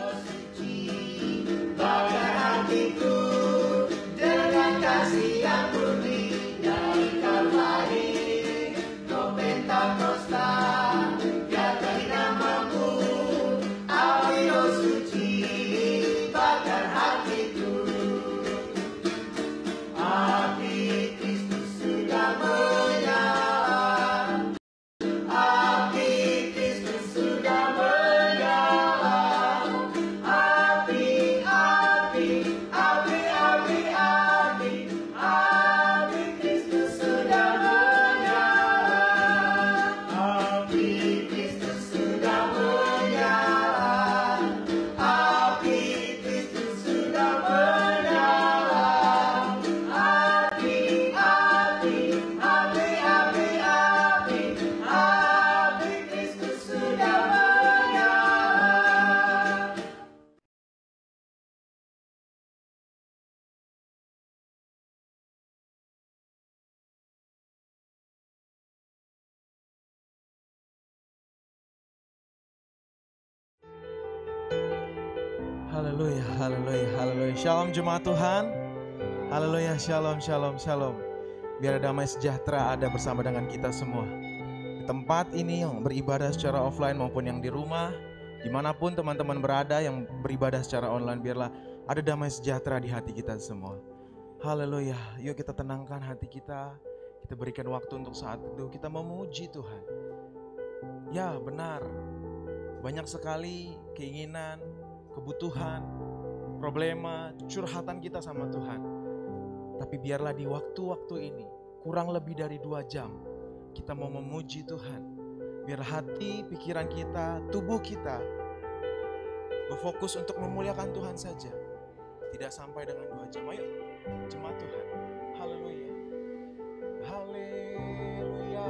Haleluya, haleluya, haleluya. Shalom jemaat Tuhan. Haleluya, shalom, shalom, shalom. Biar damai sejahtera ada bersama dengan kita semua. Di tempat ini yang beribadah secara offline maupun yang di rumah, dimanapun teman-teman berada yang beribadah secara online, biarlah ada damai sejahtera di hati kita semua. Haleluya, yuk kita tenangkan hati kita. Kita berikan waktu untuk saat itu kita memuji Tuhan. Ya benar, banyak sekali keinginan, kebutuhan, problema, curhatan kita sama Tuhan. Tapi biarlah di waktu-waktu ini, kurang lebih dari 2 jam, kita mau memuji Tuhan. Biar hati, pikiran kita, tubuh kita berfokus untuk memuliakan Tuhan saja. Tidak sampai dengan 2 jam. Ayo, jemaat Tuhan. Haleluya. Haleluya.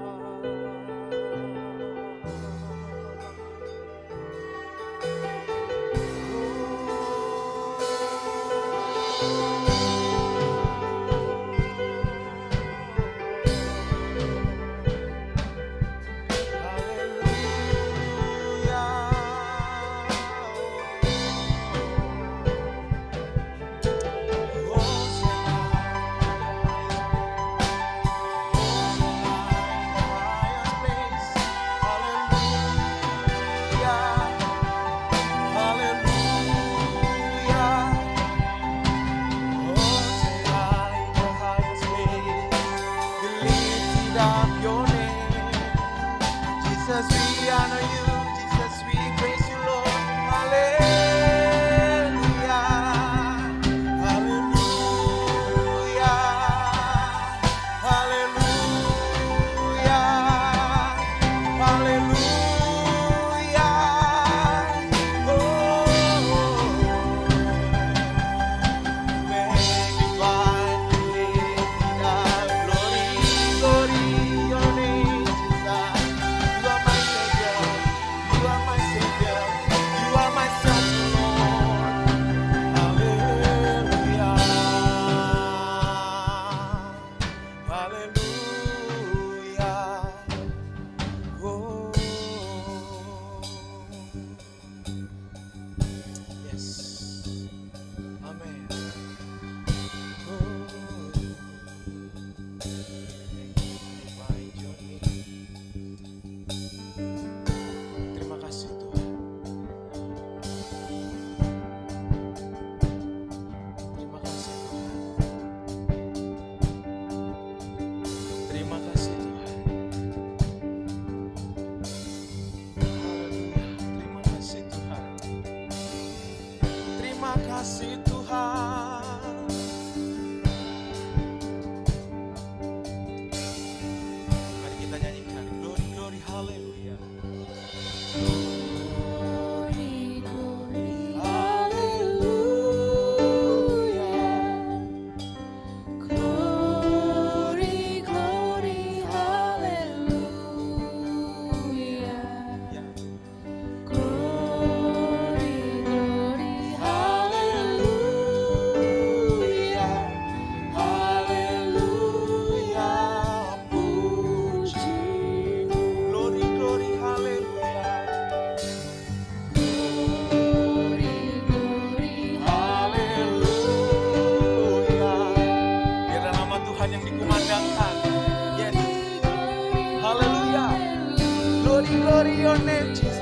kasih Tuhan. Mari kita nyanyikan glory, glory, haleluya. Glory, glory, haleluya. Glory, glory, haleluya. Glory, glory, haleluya. glory your name Jesus.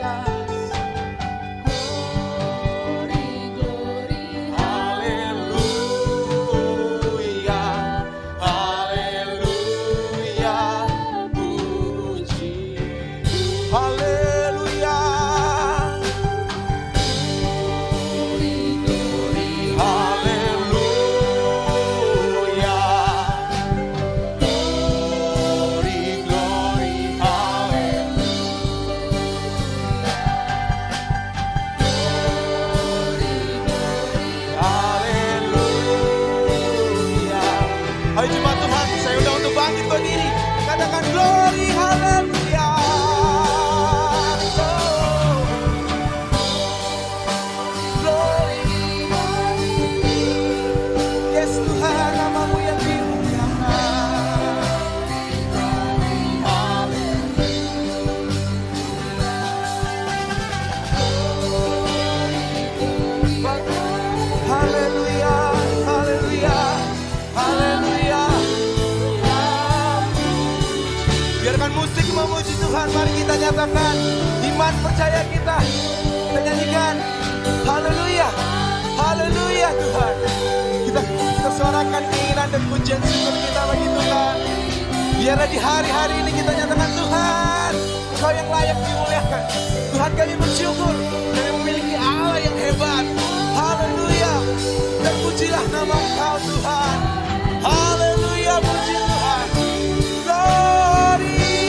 Mari kita nyatakan iman percaya kita nyanyikan haleluya, haleluya Tuhan. Kita suarakan keinginan dan pujian syukur kita bagi Tuhan. Biarlah di hari-hari ini kita nyatakan Tuhan, Kau yang layak dimuliakan. Tuhan, kami bersyukur kami memiliki Allah yang hebat. Haleluya, dan pujilah nama Kau Tuhan. Haleluya, puji Tuhan. Glory.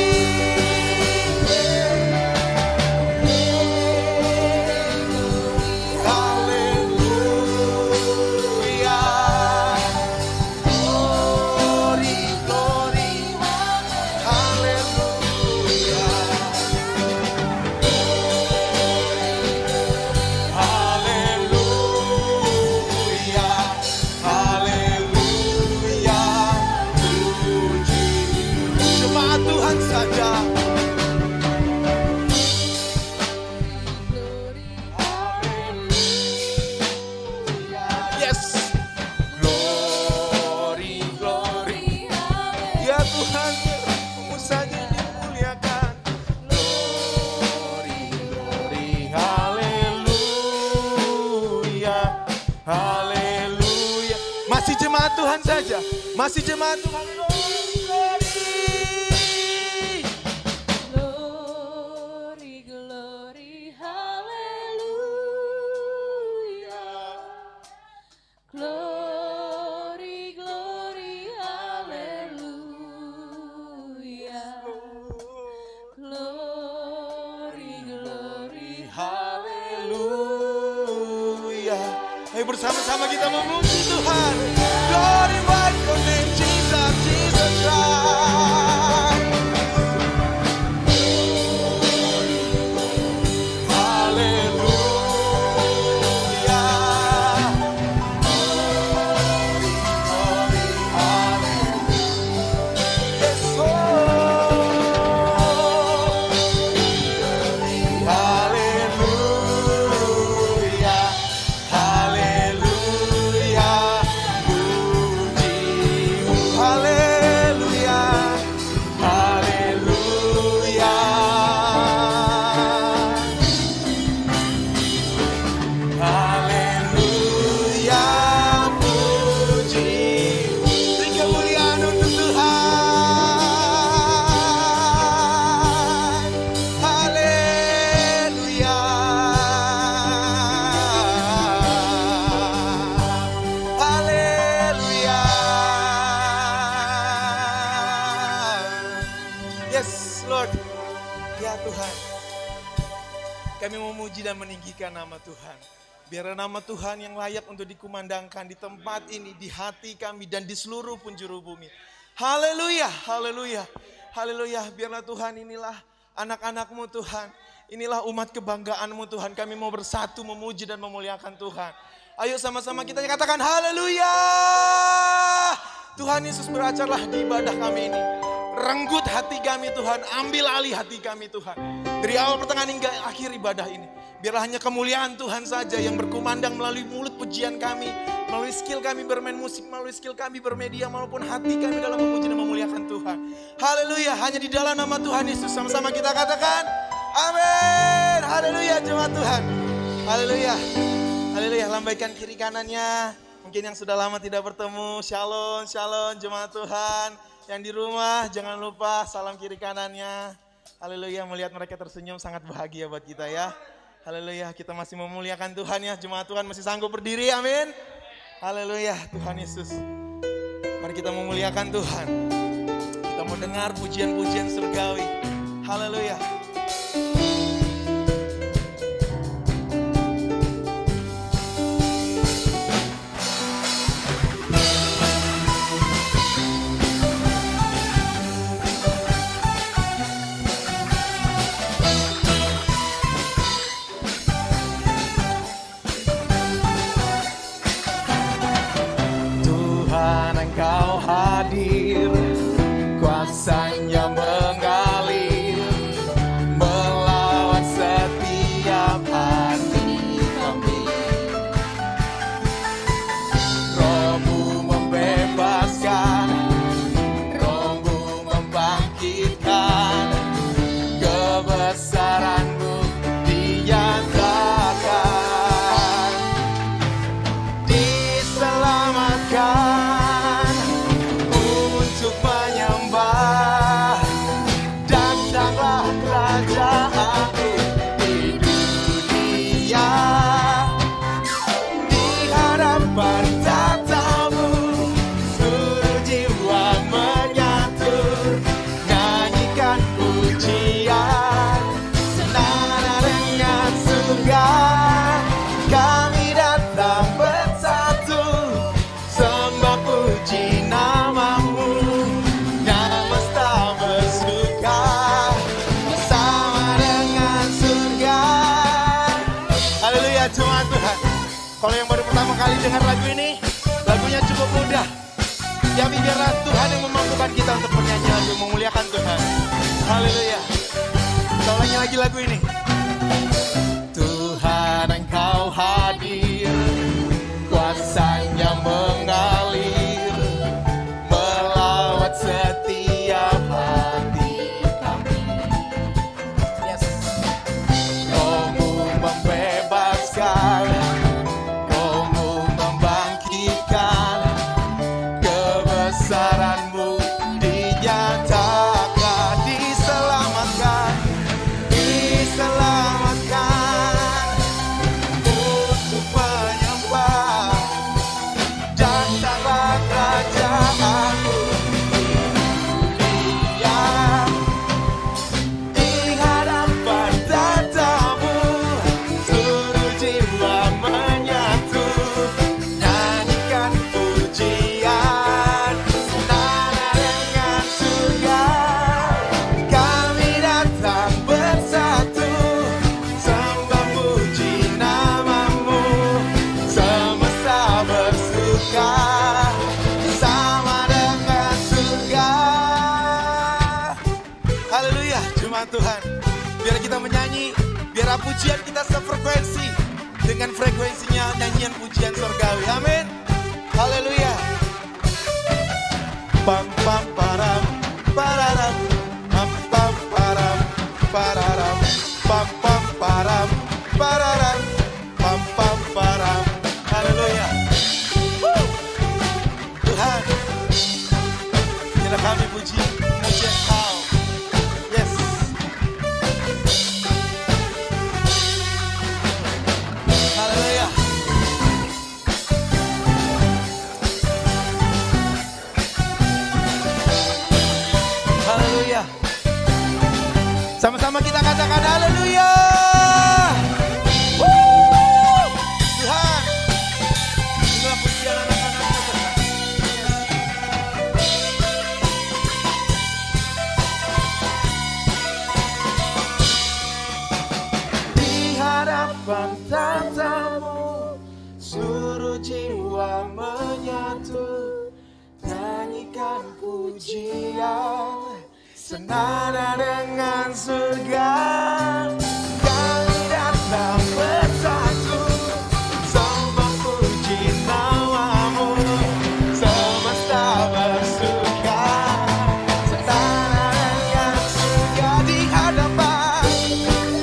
Tuhan saja, masih jemaat Tuhan. Glory, glory, haleluya. Glory, glory, haleluya. Glory, glory, haleluya. Ayo bersama-sama kita memuji Tuhan. Glorify your name, Jesus, Jesus Christ. Hallelujah. Yes, Kami memuji dan meninggikan nama Tuhan. Biarlah nama Tuhan yang layak untuk dikumandangkan di tempat ini, di hati kami dan di seluruh penjuru bumi. Haleluya, haleluya, haleluya. Biarlah Tuhan, inilah anak-anak-Mu Tuhan. Inilah umat kebanggaan-Mu Tuhan. Kami mau bersatu memuji dan memuliakan Tuhan. Ayo sama-sama kita katakan haleluya. Tuhan Yesus beracarlah di ibadah kami ini. Renggut hati kami Tuhan, ambil alih hati kami Tuhan. Dari awal pertengahan hingga akhir ibadah ini. Biarlah hanya kemuliaan Tuhan saja yang berkumandang melalui mulut pujian kami. Melalui skill kami bermain musik, melalui skill kami bermedia, maupun hati kami dalam memuji dan memuliakan Tuhan. Haleluya, hanya di dalam nama Tuhan Yesus. Sama-sama kita katakan Amin. Haleluya jemaat Tuhan. Haleluya. Haleluya. Lambaikan kiri kanannya. Mungkin yang sudah lama tidak bertemu. Shalom, shalom jemaat Tuhan. Yang di rumah jangan lupa salam kiri kanannya. Haleluya. Melihat mereka tersenyum sangat bahagia buat kita ya. Haleluya. Kita masih memuliakan Tuhan ya. Jemaat Tuhan masih sanggup berdiri. Amin. Haleluya. Tuhan Yesus. Mari kita memuliakan Tuhan. Kita mau dengar pujian-pujian surgawi. Haleluya. Tuhan Engkau hadir, kuasanya mengalir, melawat setiap hati kami. Roh-Mu membebaskan, Roh-Mu membangkitkan, kebesaran-Mu dinyatakan, diselamatkan untuk menyembah. Datanglah kerajaan-Mu di dunia, di hadapan tata-Mu seluruh jiwa menyatu, nyanyikan pujian senada dengan surga. Kami datang bersatu, sembah puji nama-Mu, semesta bersuka bersama dengan surga. Haleluya jemaat Tuhan. Kalau yang baru pertama kali dengar lagu ini, lagunya cukup mudah. Tapi biarlah Tuhan yang memampukan kita untuk bernyanyi lagu memuliakan Tuhan. Haleluya. Kita ulangi lagi lagu ini. Tuhan Engkau hadir, kuasanya mengalir, melawat setiap hati kami. Yes. Roh-Mu membebaskan, Roh-Mu membangkitkan, kebesaran-Mu dinyatakan, diselamatkan, diselamatkan untuk menyembah. Datanglah kerajaan-Mu dunia, di hadapan tata-Mu seluruh jiwa menyatu, nyanyikan pujian senada dengan surga. Kami datang bersatu, sembah puji nama-Mu, semesta bersuka sama dengan surga. Haleluya jemaat Tuhan. Biar kita menyanyi, biar pujian kita sefrekuensi dengan frekuensinya nyanyian pujian surgawi. Amin. Haleluya. Pam pam param pararam, pam pam param pararam, pam pam param pararam, pam pam param. Haleluya. Tuhan, biarlah kami puji memuji Engkau. Yes. Haleluya. Haleluya. Sama-sama kita katakan haleluya. Woo! Tuhan, inilah pujian anak-anak-Mu Tuhan. Di hadapan tata-Mu seluruh jiwa menyatu, nyanyikan pujian senada dengan surga. Kami datang bersatu, sembah puji nama-Mu, semesta bersuka senada dengan surga. Di hadapan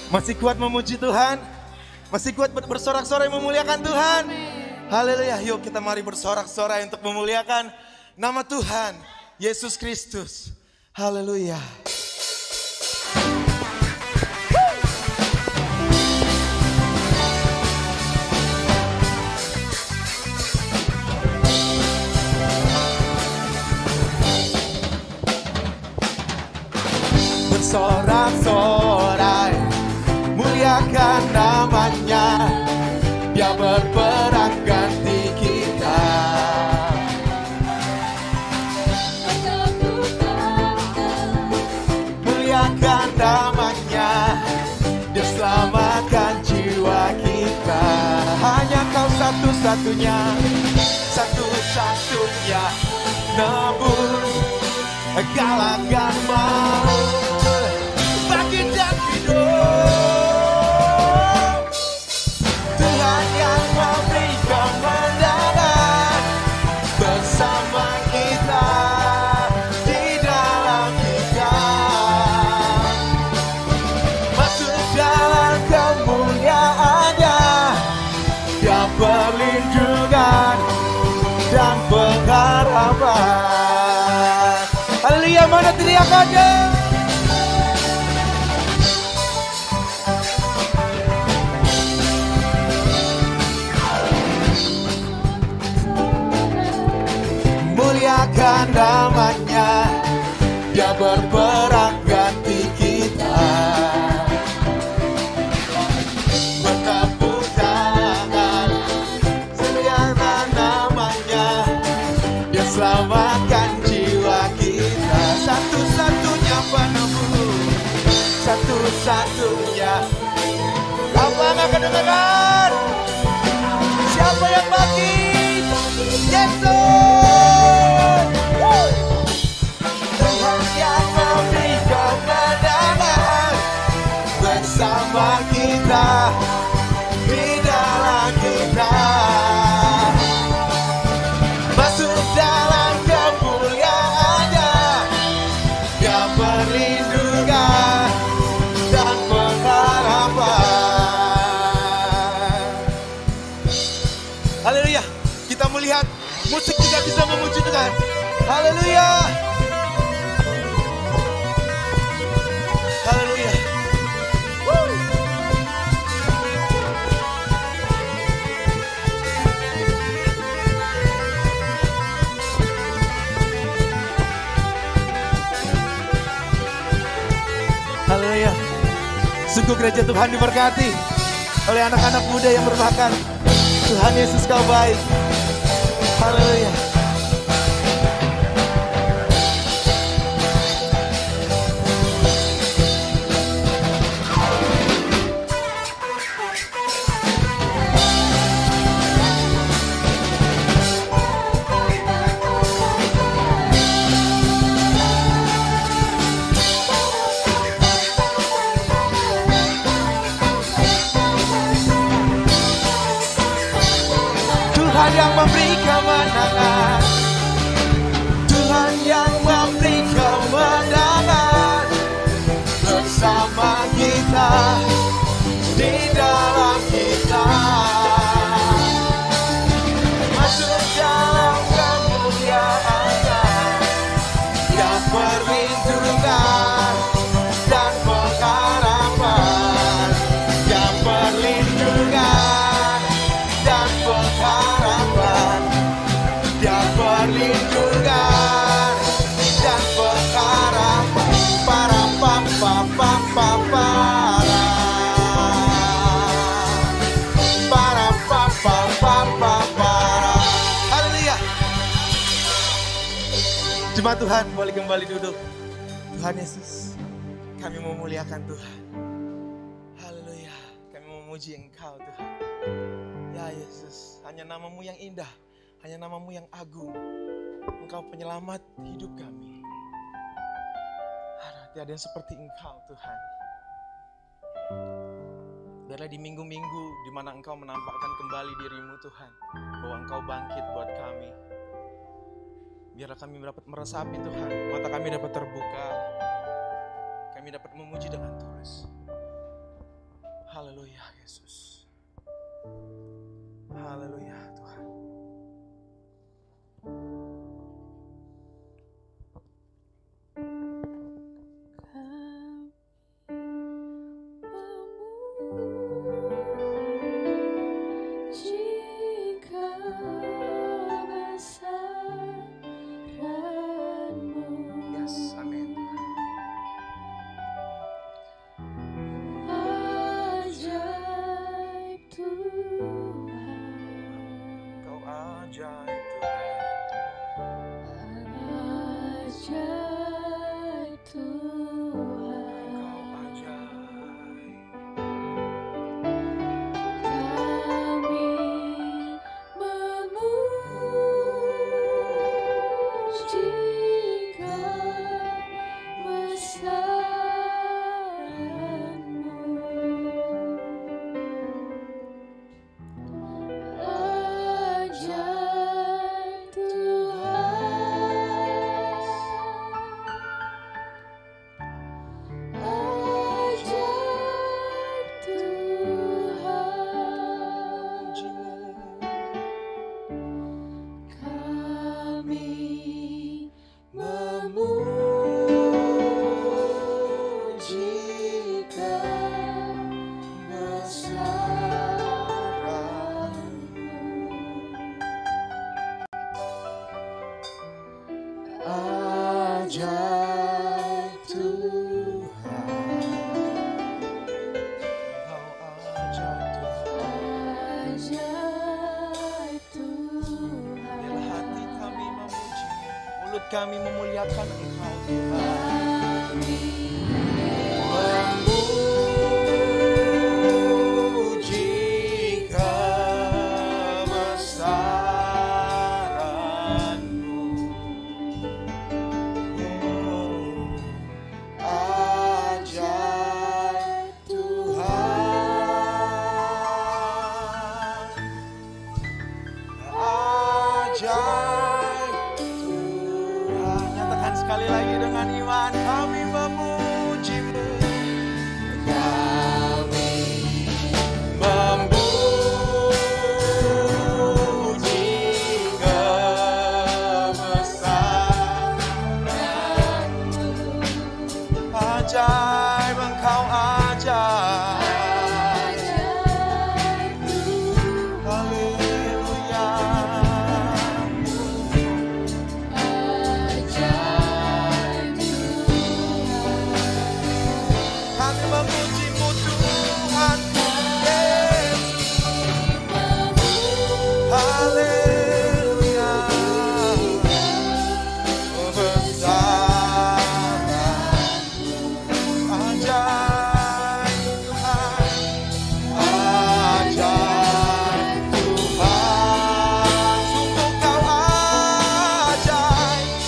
Masih kuat memuji Tuhan? Masih kuat bersorak-sorai memuliakan Tuhan? Haleluya, yuk kita mari bersorak-sorai untuk memuliakan nama Tuhan Yesus Kristus. Haleluya. Bersorak-sorai, muliakan namanya. Dia berperang ganti kita. Muliakan namanya. Dia selamatkan jiwa kita. Hanya kau satu-satunya, satu-satunya nebus galakan maut bagi dan hidup. Tuhan yang memberi kemenangan bersama kita, di dalam kita. Masuk dalam kemuliaannya, Dia perlindungan dan pengharapan. Haleluya, mana teriakannya? Muliakan namanya, Dia berperang ganti kita. Bertepuk tangan, sediakan namanya, Dia selamatkan jiwa kita. Satu-satunya penebus, satu-satunya. Apa nggak kedengaran? Siapa yang bangkit? Yesus. Tuhan yang memberi kemenangan bersama kita, di dalam kita. Masuk dalam kemuliaannya, Dia perlindungan dan pengharapan. Haleluya, kita melihat musik juga bisa memuji Tuhan. Haleluya. Haleluya. Haleluya. Sungguh gereja Tuhan diberkati oleh anak-anak muda yang berbakat. Tuhan Yesus kau baik. Haleluya. Tuhan yang memberi kemenangan, Tuhan yang memberi kemenangan bersama kita, di dalam kita. Masuk dalam kemuliaannya, yang perlindungan dan pengharapan, yang perlindungan dan pengharapan, Dia perlindungan dan pengharapan. Para papa papa para, para papa papa para. Haleluya. Jemaat Tuhan, boleh kembali duduk. Tuhan Yesus, kami memuliakan Tuhan. Haleluya, kami memuji Engkau Tuhan. Ya Yesus, hanya nama-Mu yang indah, hanya nama-Mu yang agung. Engkau penyelamat hidup kami. Tiada yang seperti Engkau Tuhan. Biarlah di minggu-minggu di mana Engkau menampakkan kembali diri-Mu Tuhan, bahwa Engkau bangkit buat kami. Biarlah kami dapat meresapi Tuhan, mata kami dapat terbuka, kami dapat memuji dengan tulus. Haleluya Yesus. Haleluya Tuhan. Yes, amin. Ajaib Tuhan, Kau ajaib Tuhan. ajaib Tuhan, Kau ajaib. kami memuji kebesaran-Mu. Ajaib Tuhan, ajaib Tuhan, kami memuji kebesaran-Mu. Ajaib Tuhan. Kau ajaib Tuhan. Ajaib Tuhan, Biarlah hati kami memuji, mulut kami memuliakan Engkau Tuhan. Memuji kebesaran-Mu. Oh, ajaib Tuhan. Ajaib Tuhan. Nyatakan sekali lagi dengan iman, kami memuji-Mu. Kami memuji kebesaran-Mu. Ajaib, Engkau ajaib. Haleluya. Kami memuji-Mu Tuhan. Haleluya. Kebesaran-Mu. Ajaib Tuhan. Ajaib Tuhan. Sungguh Kau ajaib.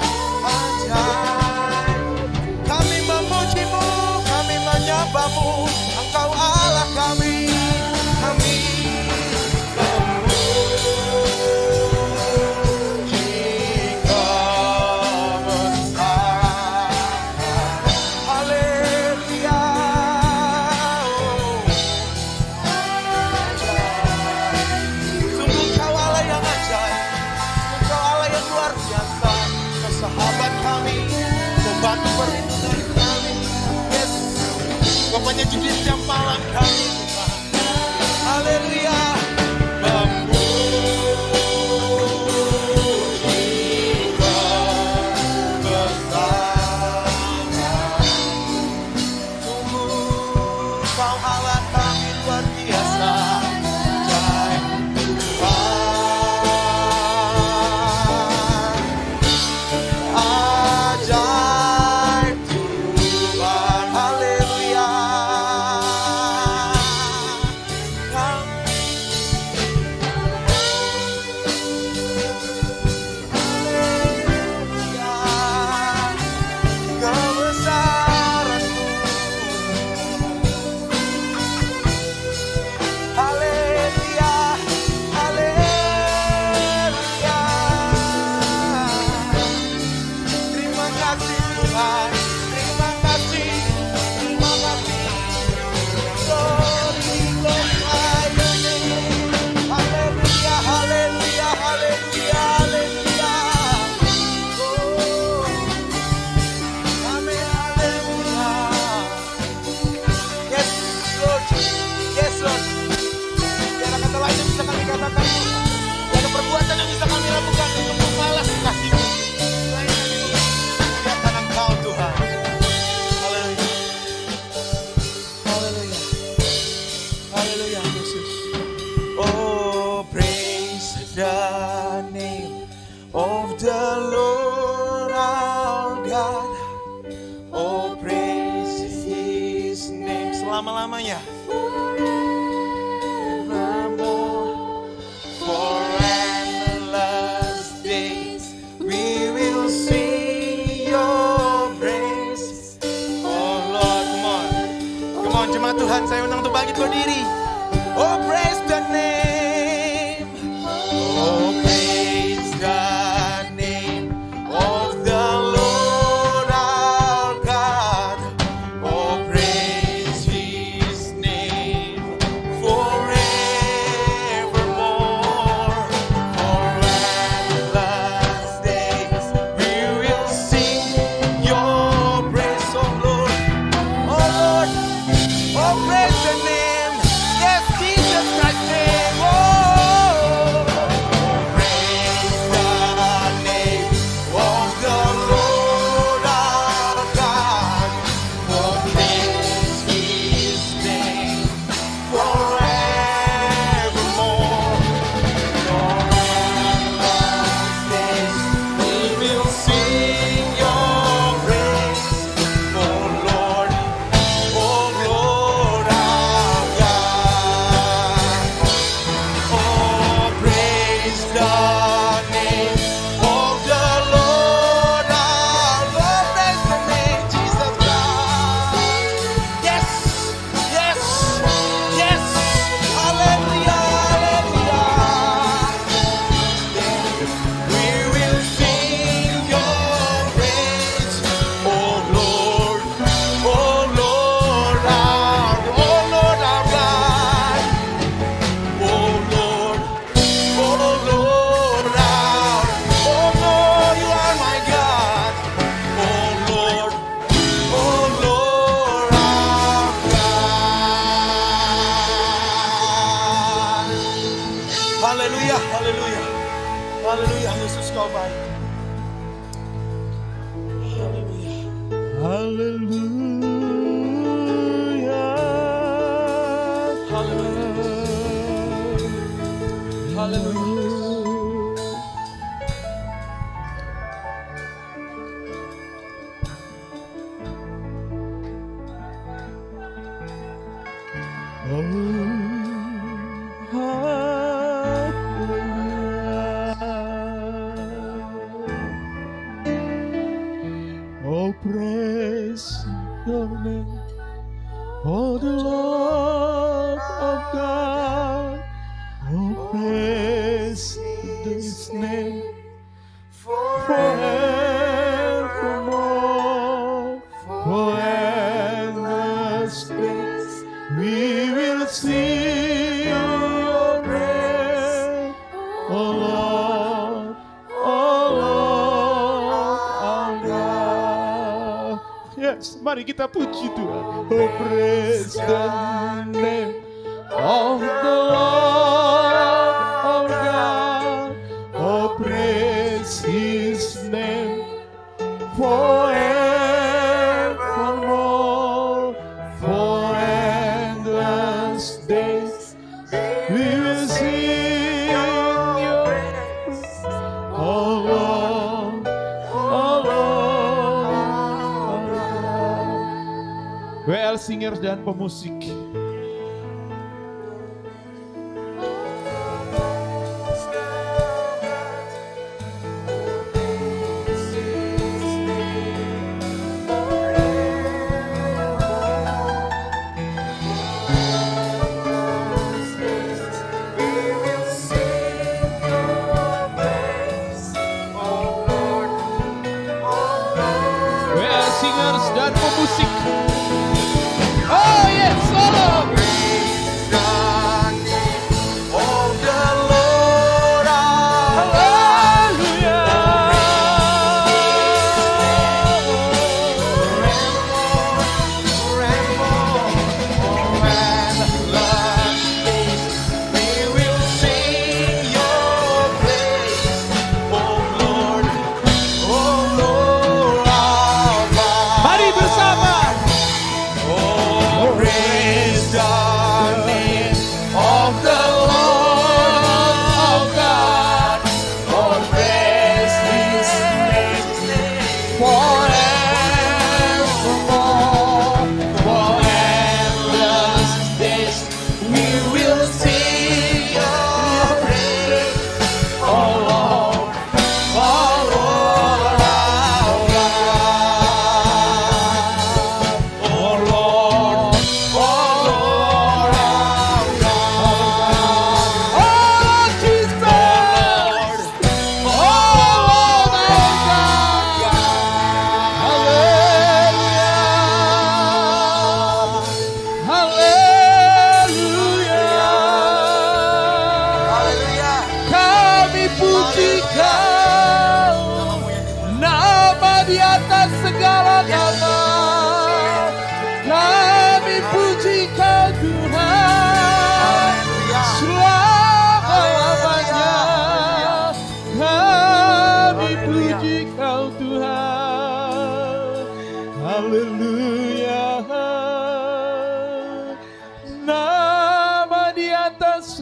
Ajaib. Kami memuji-Mu, kami menyembah-Mu, Engkau Allah kami. Kami memuji kebesaran. Haleluya. Sungguh Kau Allah yang ajaib. Engkau Allah yang luar biasa. Kau sahabat kami, Kau batu perlindungan kami. Yes, Kau penyejukit jam malam kami Tuhan. Haleluya. Memuji kebesaran. Sungguh Kau Allah kami luar biasa. Ajaib Tuhan. Ajaib Tuhan. Haleluya. Kami selama-lamanya. Forevermore, for endless days, we will sing your praise. Oh Lord, come on. Come on, jemaat Tuhan, saya undang untuk bangkit berdiri. Oh, praise the name. Oh, praise the name of the Lord our God. Oh, praise His name forevermore. For endless days we will sing your praise, oh Lord. Oh Lord, oh praise the name. Yes, Jesus Christ's name. Oh, praise the name of the Lord our God. Oh, praise His name forevermore. For endless days we will sing your praise, oh Lord, oh Lord our God. Oh, praise the name of the Lord our Lord. Praise the name, Jesus God. Yes, yes, yes. Hallelujah, hallelujah. We will sing your praise, oh Lord, oh Lord our God. Oh Lord, oh Lord our, oh Lord, you are my God. Oh Lord our God. Haleluya, haleluya, haleluya, Yesus kau baik. Haleluya. Haleluya. Haleluya. Oh, praise the name of the Lord of God. Oh, praise His name forevermore. For endless days we will sing your praise, oh Lord, our God. Yes, mari kita puji Tuhan. Oh, praise the name of the Lord our God. Oh, praise His name forevermore. For endless days we will sing your praise, oh Lord, our God. WL singers dan pemusik. WL singers dan pemusik. Oh yes, solo.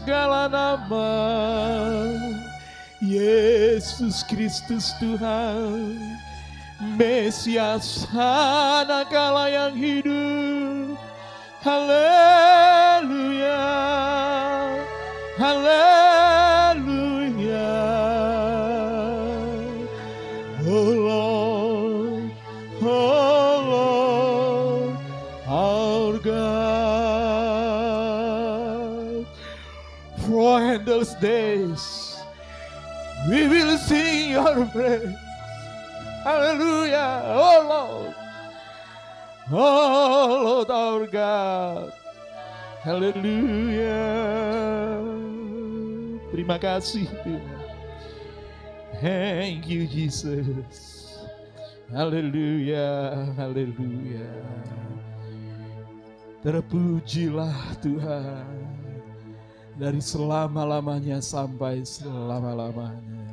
segala nama. Yesus Kristus Tuhan, Mesias anak Allah yang hidup. Haleluya, haleluya. Oh Lord, our God. For in those days we will sing your praise. Hallelujah, oh Lord. Oh Lord our God. Hallelujah. Terima kasih Tuhan. Thank you Jesus. Hallelujah, hallelujah. Terpujilah Tuhan dari selama-lamanya sampai selama-lamanya.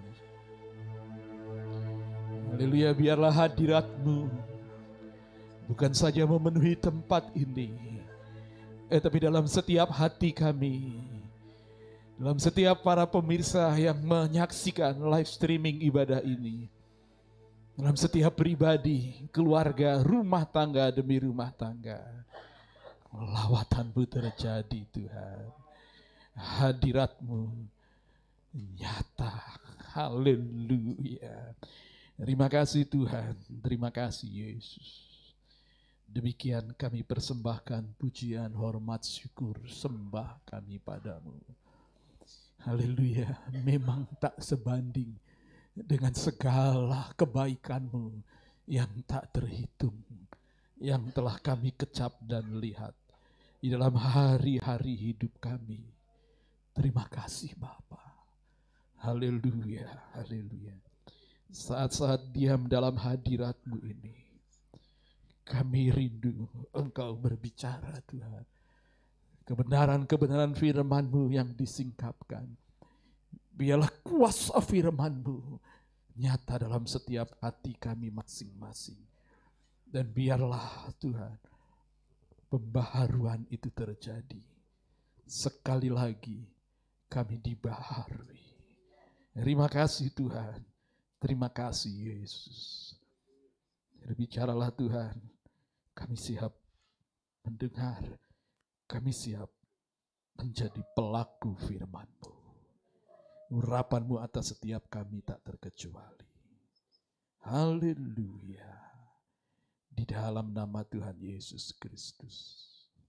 Haleluya, biarlah hadirat-Mu bukan saja memenuhi tempat ini, tapi dalam setiap hati kami, dalam setiap para pemirsa yang menyaksikan live streaming ibadah ini, dalam setiap pribadi, keluarga, rumah tangga demi rumah tangga, lawatan-Mu terjadi Tuhan. Hadirat-Mu nyata. Haleluya. Terima kasih Tuhan, terima kasih Yesus. Demikian kami persembahkan pujian, hormat, syukur, sembah kami padamu. Haleluya, memang tak sebanding dengan segala kebaikan-Mu yang tak terhitung, yang telah kami kecap dan lihat di dalam hari-hari hidup kami. Terima kasih Bapa. Haleluya, haleluya. Saat-saat diam dalam hadirat-Mu ini, kami rindu Engkau berbicara Tuhan. Kebenaran-kebenaran firman-Mu yang disingkapkan, biarlah kuasa firman-Mu nyata dalam setiap hati kami masing-masing. Dan biarlah Tuhan, pembaharuan itu terjadi. Sekali lagi kami dibaharui. Terima kasih Tuhan. Terima kasih Yesus. Berbicaralah Tuhan, kami siap mendengar, kami siap menjadi pelaku firman-Mu. Urapan-Mu atas setiap kami tak terkecuali. Haleluya. Di dalam nama Tuhan Yesus Kristus.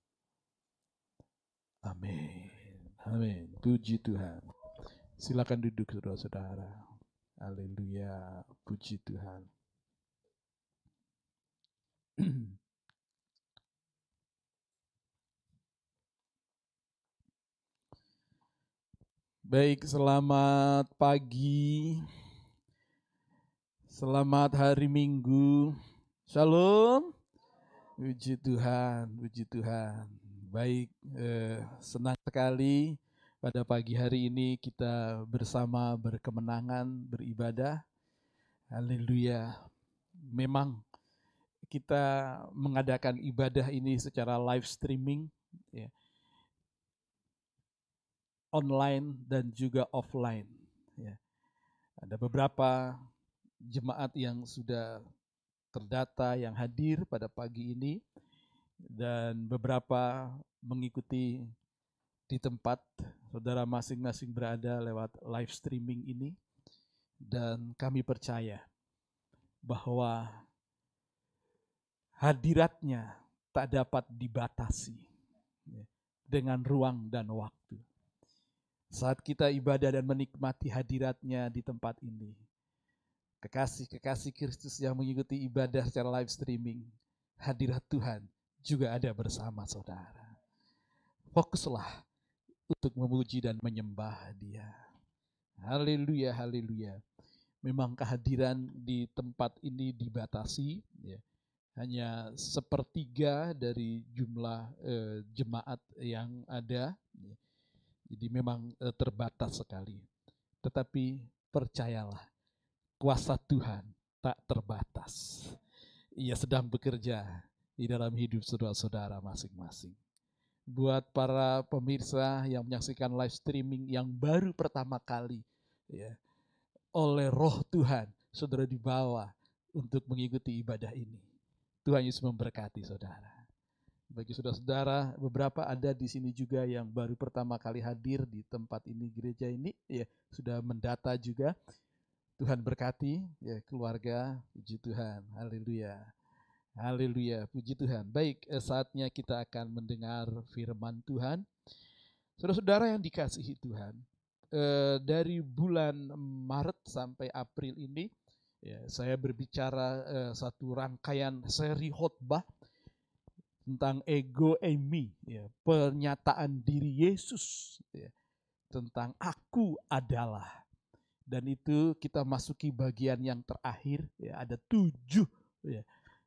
Amin. Amin. Puji Tuhan. Silakan duduk saudara-saudara. Haleluya, puji Tuhan. Baik, selamat pagi. Selamat hari Minggu. Shalom. Puji Tuhan, puji Tuhan. Baik, senang sekali. Pada pagi hari ini kita bersama berkemenangan beribadah. Haleluya. Memang kita mengadakan ibadah ini secara live streaming, ya, online dan juga offline. Ya. Ada beberapa jemaat yang sudah terdata yang hadir pada pagi ini dan beberapa mengikuti di tempat saudara masing-masing berada lewat live streaming ini, dan kami percaya bahwa hadiratnya tak dapat dibatasi dengan ruang dan waktu. Saat kita ibadah dan menikmati hadiratnya di tempat ini, kekasih-kekasih Kristus yang mengikuti ibadah secara live streaming, hadirat Tuhan juga ada bersama saudara. Fokuslah untuk memuji dan menyembah Dia. Haleluya, haleluya. Memang kehadiran di tempat ini dibatasi, ya. Hanya sepertiga dari jumlah jemaat yang ada, ya. Jadi memang terbatas sekali. Tetapi percayalah, kuasa Tuhan tak terbatas. Ia sedang bekerja di dalam hidup saudara-saudara masing-masing. buat para pemirsa yang menyaksikan live streaming yang baru pertama kali ya, oleh Roh Tuhan saudara dibawa untuk mengikuti ibadah ini. Tuhan Yesus memberkati saudara. Bagi saudara-saudara, beberapa ada di sini juga yang baru pertama kali hadir di tempat ini, gereja ini, ya sudah mendata juga. Tuhan berkati ya keluarga, puji Tuhan, haleluya. Haleluya, puji Tuhan. Baik, saatnya kita akan mendengar firman Tuhan. Saudara-saudara yang dikasihi Tuhan, dari bulan Maret sampai April ini, ya, saya berbicara satu rangkaian seri khotbah tentang ego eimi, ya, pernyataan diri Yesus, ya, tentang aku adalah. Dan itu kita masuki bagian yang terakhir, ya, ada 7 ya,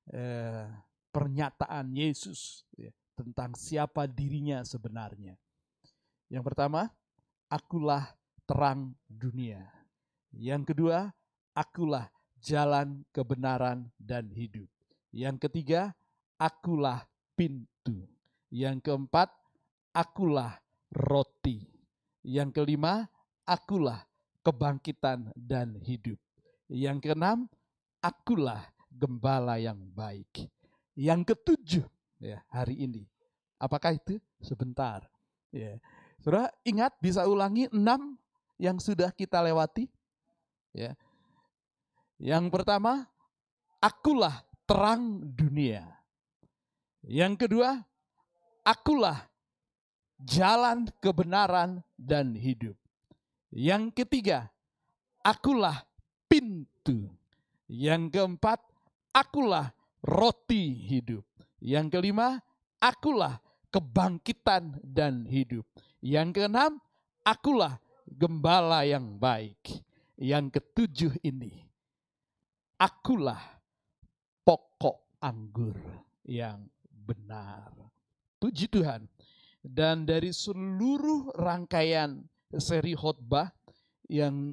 pernyataan Yesus ya, tentang siapa dirinya sebenarnya. Yang pertama, akulah terang dunia. Yang kedua, akulah jalan kebenaran dan hidup. Yang ketiga, akulah pintu. Yang keempat, akulah roti. Yang kelima, akulah kebangkitan dan hidup. Yang keenam, akulah gembala yang baik. Yang ketujuh ya, hari ini. Apakah itu? Sebentar. Ya. Saudara ingat bisa ulangi 6 yang sudah kita lewati? Ya. Yang pertama, akulah terang dunia. Yang kedua, akulah jalan kebenaran dan hidup. Yang ketiga, akulah pintu. Yang keempat, akulah roti hidup. Yang kelima, akulah kebangkitan dan hidup. Yang keenam, akulah gembala yang baik. Yang ketujuh ini, akulah pokok anggur yang benar. Puji Tuhan. Dan dari seluruh rangkaian seri khotbah yang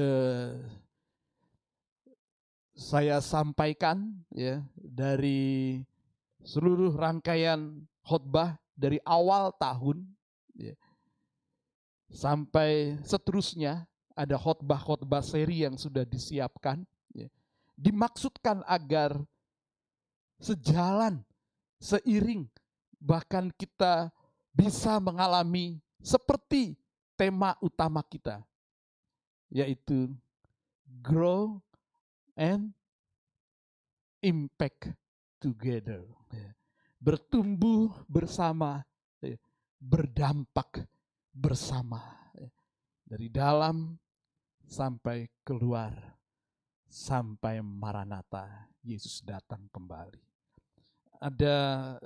saya sampaikan ya, dari seluruh rangkaian khotbah dari awal tahun ya, sampai seterusnya, ada khotbah-khotbah seri yang sudah disiapkan ya, dimaksudkan agar sejalan, seiring, bahkan kita bisa mengalami seperti tema utama kita, yaitu grow and impact together. Bertumbuh bersama, berdampak bersama. Dari dalam sampai keluar, sampai Maranatha, Yesus datang kembali. Ada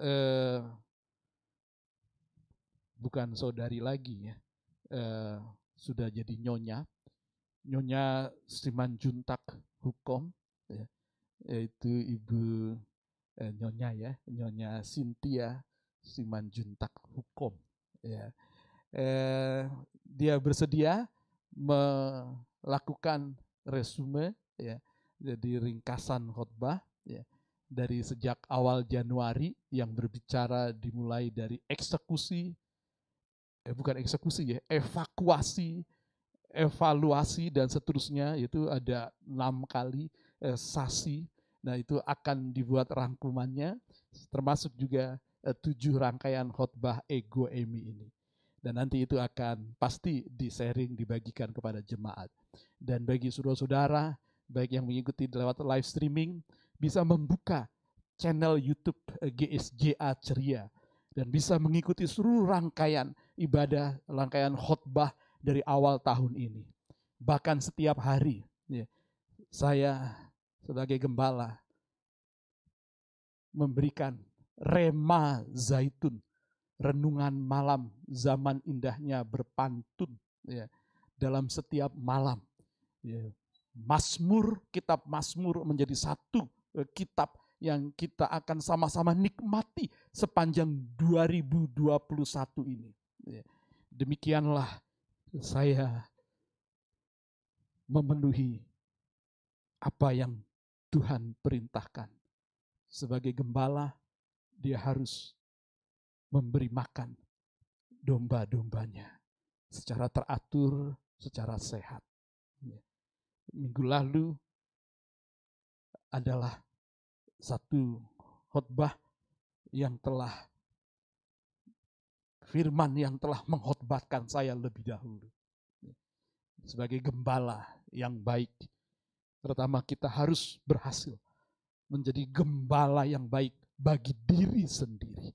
bukan saudari lagi ya, sudah jadi nyonya Simanjuntak Hukom ya, yaitu Ibu Nyonya ya, Nyonya Cynthia Simanjuntak Hukom ya. Dia bersedia melakukan resume ya, jadi ringkasan khotbah ya, dari sejak awal Januari yang berbicara dimulai dari evakuasi, evaluasi dan seterusnya, itu ada 6 kali sasi. Nah itu akan dibuat rangkumannya, termasuk juga 7 rangkaian khotbah ego eimi ini. Dan nanti itu akan pasti di-sharing, dibagikan kepada jemaat. Dan bagi saudara-saudara, baik yang mengikuti lewat live streaming, bisa membuka channel YouTube GSJA Ceria dan bisa mengikuti seluruh rangkaian ibadah, rangkaian khotbah dari awal tahun ini. Bahkan setiap hari ya, saya sebagai gembala memberikan rema zaitun, renungan malam zaman indahnya berpantun ya, dalam setiap malam ya. Mazmur, kitab Mazmur menjadi satu kitab yang kita akan sama-sama nikmati sepanjang 2021 ini ya. Demikianlah saya memenuhi apa yang Tuhan perintahkan. Sebagai gembala, dia harus memberi makan domba-dombanya secara teratur, secara sehat. Minggu lalu adalah satu khotbah yang telah firman yang telah mengkhotbahkan saya lebih dahulu. Sebagai gembala yang baik, pertama kita harus berhasil menjadi gembala yang baik bagi diri sendiri.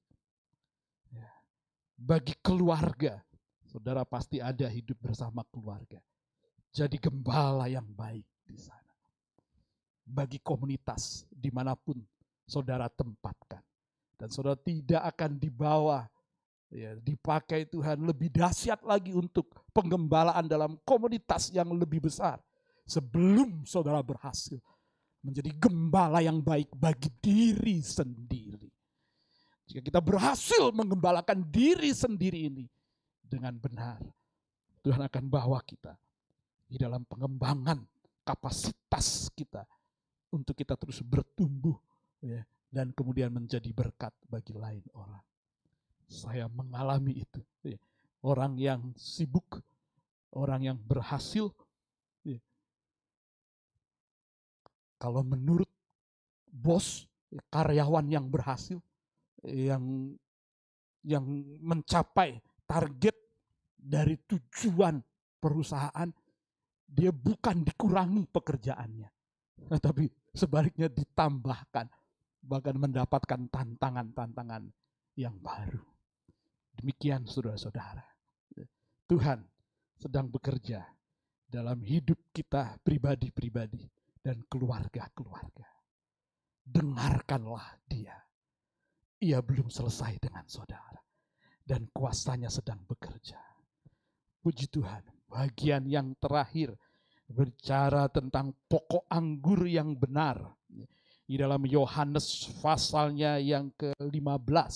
Bagi keluarga, saudara pasti ada hidup bersama keluarga. Jadi gembala yang baik di sana. Bagi komunitas dimanapun saudara tempatkan. Dan saudara tidak akan dibawa, dipakai Tuhan lebih dahsyat lagi untuk penggembalaan dalam komunitas yang lebih besar. Sebelum saudara berhasil menjadi gembala yang baik bagi diri sendiri. Jika kita berhasil menggembalakan diri sendiri ini dengan benar, Tuhan akan bawa kita di dalam pengembangan kapasitas kita untuk kita terus bertumbuh dan kemudian menjadi berkat bagi lain orang. Saya mengalami itu. Orang yang sibuk, orang yang berhasil, kalau menurut bos, karyawan yang berhasil, yang mencapai target dari tujuan perusahaan, dia bukan dikurangi pekerjaannya, tapi sebaliknya ditambahkan, bahkan mendapatkan tantangan-tantangan yang baru. Demikian saudara-saudara, Tuhan sedang bekerja dalam hidup kita pribadi-pribadi dan keluarga-keluarga. Dengarkanlah Dia. Ia belum selesai dengan saudara dan kuasanya sedang bekerja. Puji Tuhan. Bagian yang terakhir berbicara tentang pokok anggur yang benar. Di dalam Yohanes pasalnya yang ke-15.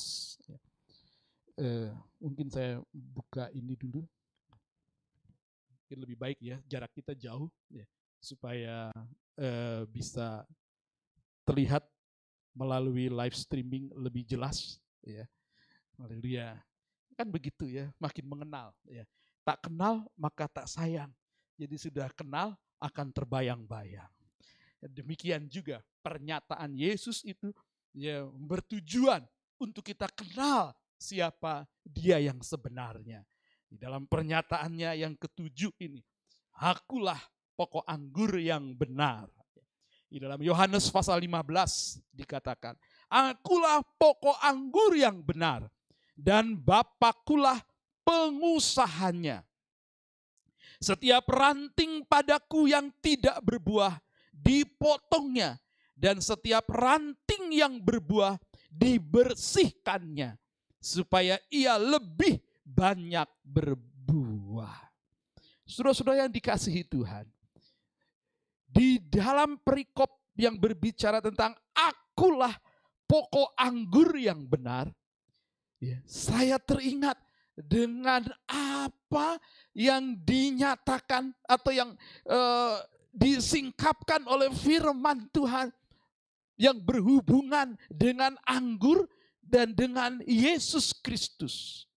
Mungkin saya buka ini dulu. Mungkin lebih baik ya, jarak kita jauh supaya bisa terlihat melalui live streaming lebih jelas, Haleluya. Kan begitu ya, makin mengenal, Tak kenal maka tak sayang. Jadi sudah kenal akan terbayang-bayang. Demikian juga pernyataan Yesus itu bertujuan untuk kita kenal siapa Dia yang sebenarnya. Di dalam pernyataannya yang ke-7 ini, akulah pokok anggur yang benar. Di dalam Yohanes pasal 15 dikatakan, akulah pokok anggur yang benar dan Bapakulah pengusahanya. Setiap ranting padaku yang tidak berbuah dipotongnya dan setiap ranting yang berbuah dibersihkannya supaya ia lebih banyak berbuah. Saudara-saudara yang dikasihi Tuhan, di dalam perikop yang berbicara tentang akulah pokok anggur yang benar, saya teringat dengan apa yang dinyatakan atau yang disingkapkan oleh firman Tuhan yang berhubungan dengan anggur dan dengan Yesus Kristus.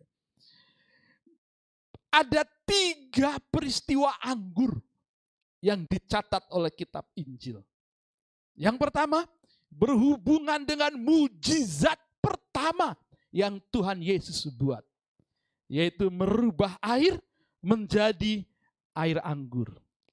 Ada 3 peristiwa anggur yang dicatat oleh kitab Injil. Yang pertama, berhubungan dengan mujizat pertama yang Tuhan Yesus buat, yaitu merubah air menjadi air anggur.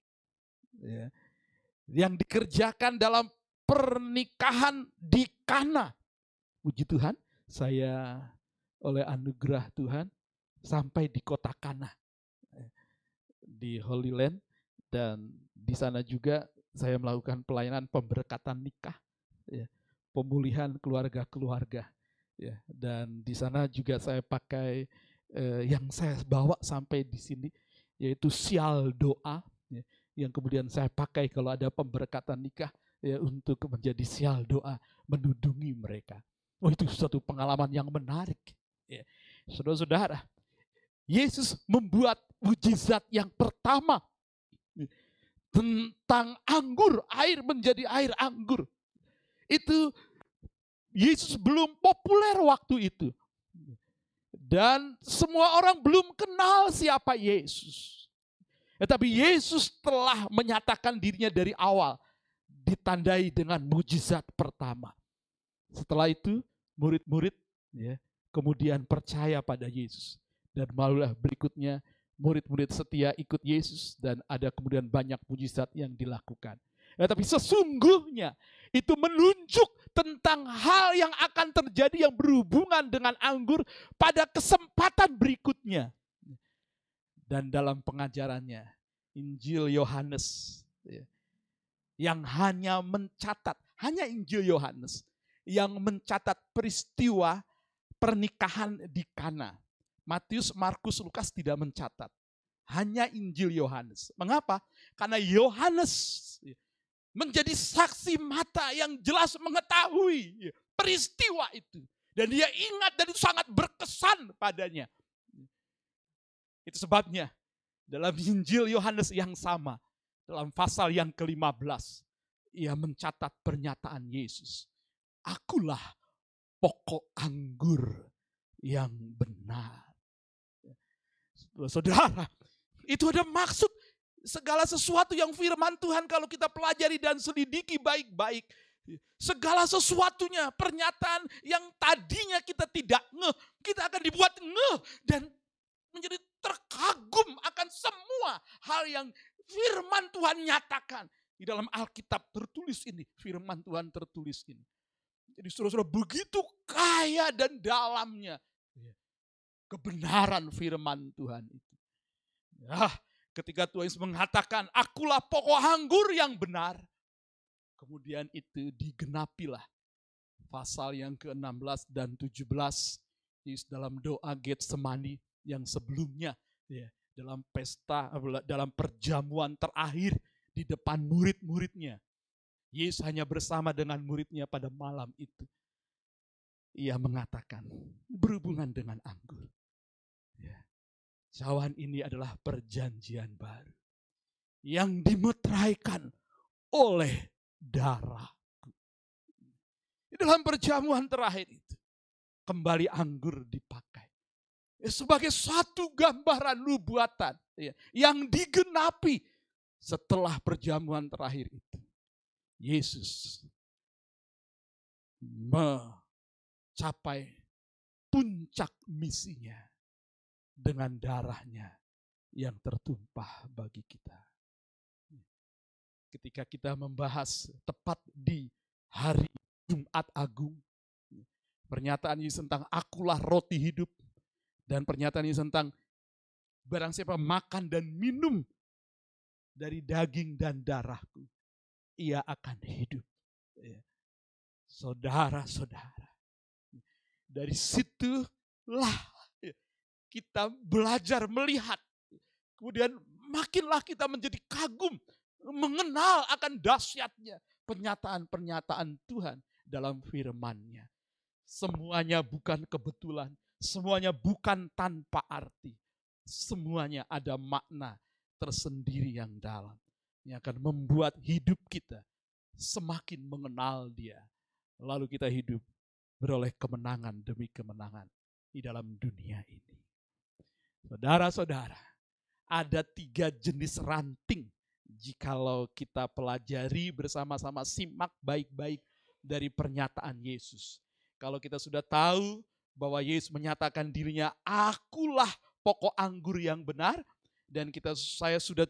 Yang dikerjakan dalam pernikahan di Kana. Puji Tuhan, saya oleh anugerah Tuhan sampai di kota Kana, di Holy Land. Dan di sana juga saya melakukan pelayanan pemberkatan nikah, pemulihan keluarga-keluarga. Dan di sana juga saya pakai yang saya bawa sampai di sini, yaitu sial doa, yang kemudian saya pakai kalau ada pemberkatan nikah, untuk menjadi sial doa menudungi mereka. Itu suatu pengalaman yang menarik. Saudara-saudara, Yesus membuat mujizat yang pertama tentang anggur, air menjadi air anggur. Itu Yesus belum populer waktu itu. Dan semua orang belum kenal siapa Yesus. Tetapi Yesus telah menyatakan dirinya dari awal, ditandai dengan mujizat pertama. Setelah itu murid-murid ya, kemudian percaya pada Yesus. Dan malulah berikutnya murid-murid setia ikut Yesus dan ada kemudian banyak mujizat yang dilakukan. Tapi sesungguhnya itu menunjuk tentang hal yang akan terjadi yang berhubungan dengan anggur pada kesempatan berikutnya. Dan dalam pengajarannya, Injil Yohanes yang hanya mencatat, hanya Injil Yohanes yang mencatat peristiwa pernikahan di Kana. Matius, Markus, Lukas tidak mencatat. Hanya Injil Yohanes. Mengapa? Karena Yohanes menjadi saksi mata yang jelas mengetahui peristiwa itu. Dan dia ingat dan itu sangat berkesan padanya. Itu sebabnya dalam Injil Yohanes yang sama, dalam pasal yang ke-15, ia mencatat pernyataan Yesus. Akulah pokok anggur yang benar. Saudara, itu ada maksud. Segala sesuatu yang firman Tuhan kalau kita pelajari dan selidiki baik-baik. Segala sesuatunya, pernyataan yang tadinya kita tidak ngeh, kita akan dibuat ngeh dan menjadi terkagum akan semua hal yang firman Tuhan nyatakan. Di dalam Alkitab tertulis ini, firman Tuhan tertulis ini. Jadi saudara-saudara begitu kaya dan dalamnya kebenaran firman Tuhan itu. Ketika Tuhan Yesus mengatakan, akulah pokok anggur yang benar. Kemudian itu digenapilah. Pasal yang ke-16 dan 17. Yesus dalam doa Getsemani yang sebelumnya. Dalam pesta, dalam perjamuan terakhir di depan murid-muridnya. Yesus hanya bersama dengan muridnya pada malam itu. Ia mengatakan, berhubungan dengan anggur. Cawan ini adalah perjanjian baru yang dimeteraikan oleh darahku. Di dalam perjamuan terakhir itu, kembali anggur dipakai sebagai satu gambaran nubuatan yang digenapi setelah perjamuan terakhir itu. Yesus mencapai puncak misinya dengan darahnya yang tertumpah bagi kita. Ketika kita membahas tepat di hari Jumat Agung, pernyataan Yesus tentang akulah roti hidup, dan pernyataan Yesus tentang barang siapa makan dan minum dari daging dan darahku, ia akan hidup. Saudara-saudara, dari situlah kita belajar melihat. Kemudian makinlah kita menjadi kagum, mengenal akan dahsyatnya pernyataan-pernyataan Tuhan dalam firman-Nya. Semuanya bukan kebetulan, semuanya bukan tanpa arti. Semuanya ada makna tersendiri yang dalam, yang akan membuat hidup kita semakin mengenal Dia. Lalu kita hidup beroleh kemenangan demi kemenangan di dalam dunia ini. Saudara-saudara, ada 3 jenis ranting jikalau kita pelajari bersama-sama, simak baik-baik dari pernyataan Yesus. Kalau kita sudah tahu bahwa Yesus menyatakan dirinya, akulah pokok anggur yang benar, dan saya sudah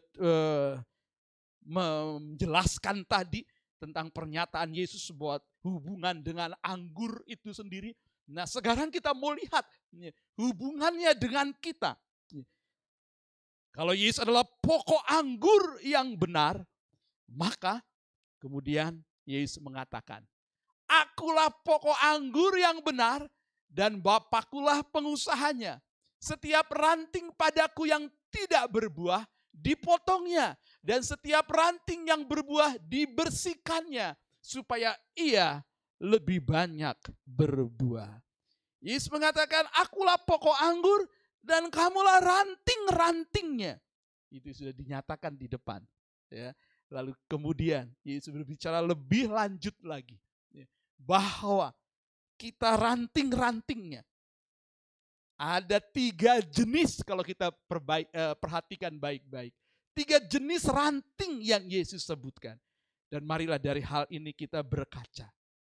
menjelaskan tadi tentang pernyataan Yesus buat hubungan dengan anggur itu sendiri. Nah, sekarang kita mau lihat hubungannya dengan kita. Kalau Yesus adalah pokok anggur yang benar, maka kemudian Yesus mengatakan, akulah pokok anggur yang benar dan Bapakkulah pengusahanya. Setiap ranting padaku yang tidak berbuah dipotongnya, dan setiap ranting yang berbuah dibersihkannya supaya ia lebih banyak berbuah. Yesus mengatakan, akulah pokok anggur dan kamulah ranting-rantingnya. Itu sudah dinyatakan di depan. Lalu kemudian Yesus berbicara lebih lanjut lagi, bahwa kita ranting-rantingnya. Ada 3 jenis kalau kita perhatikan baik-baik. 3 jenis ranting yang Yesus sebutkan. Dan marilah dari hal ini kita berkaca.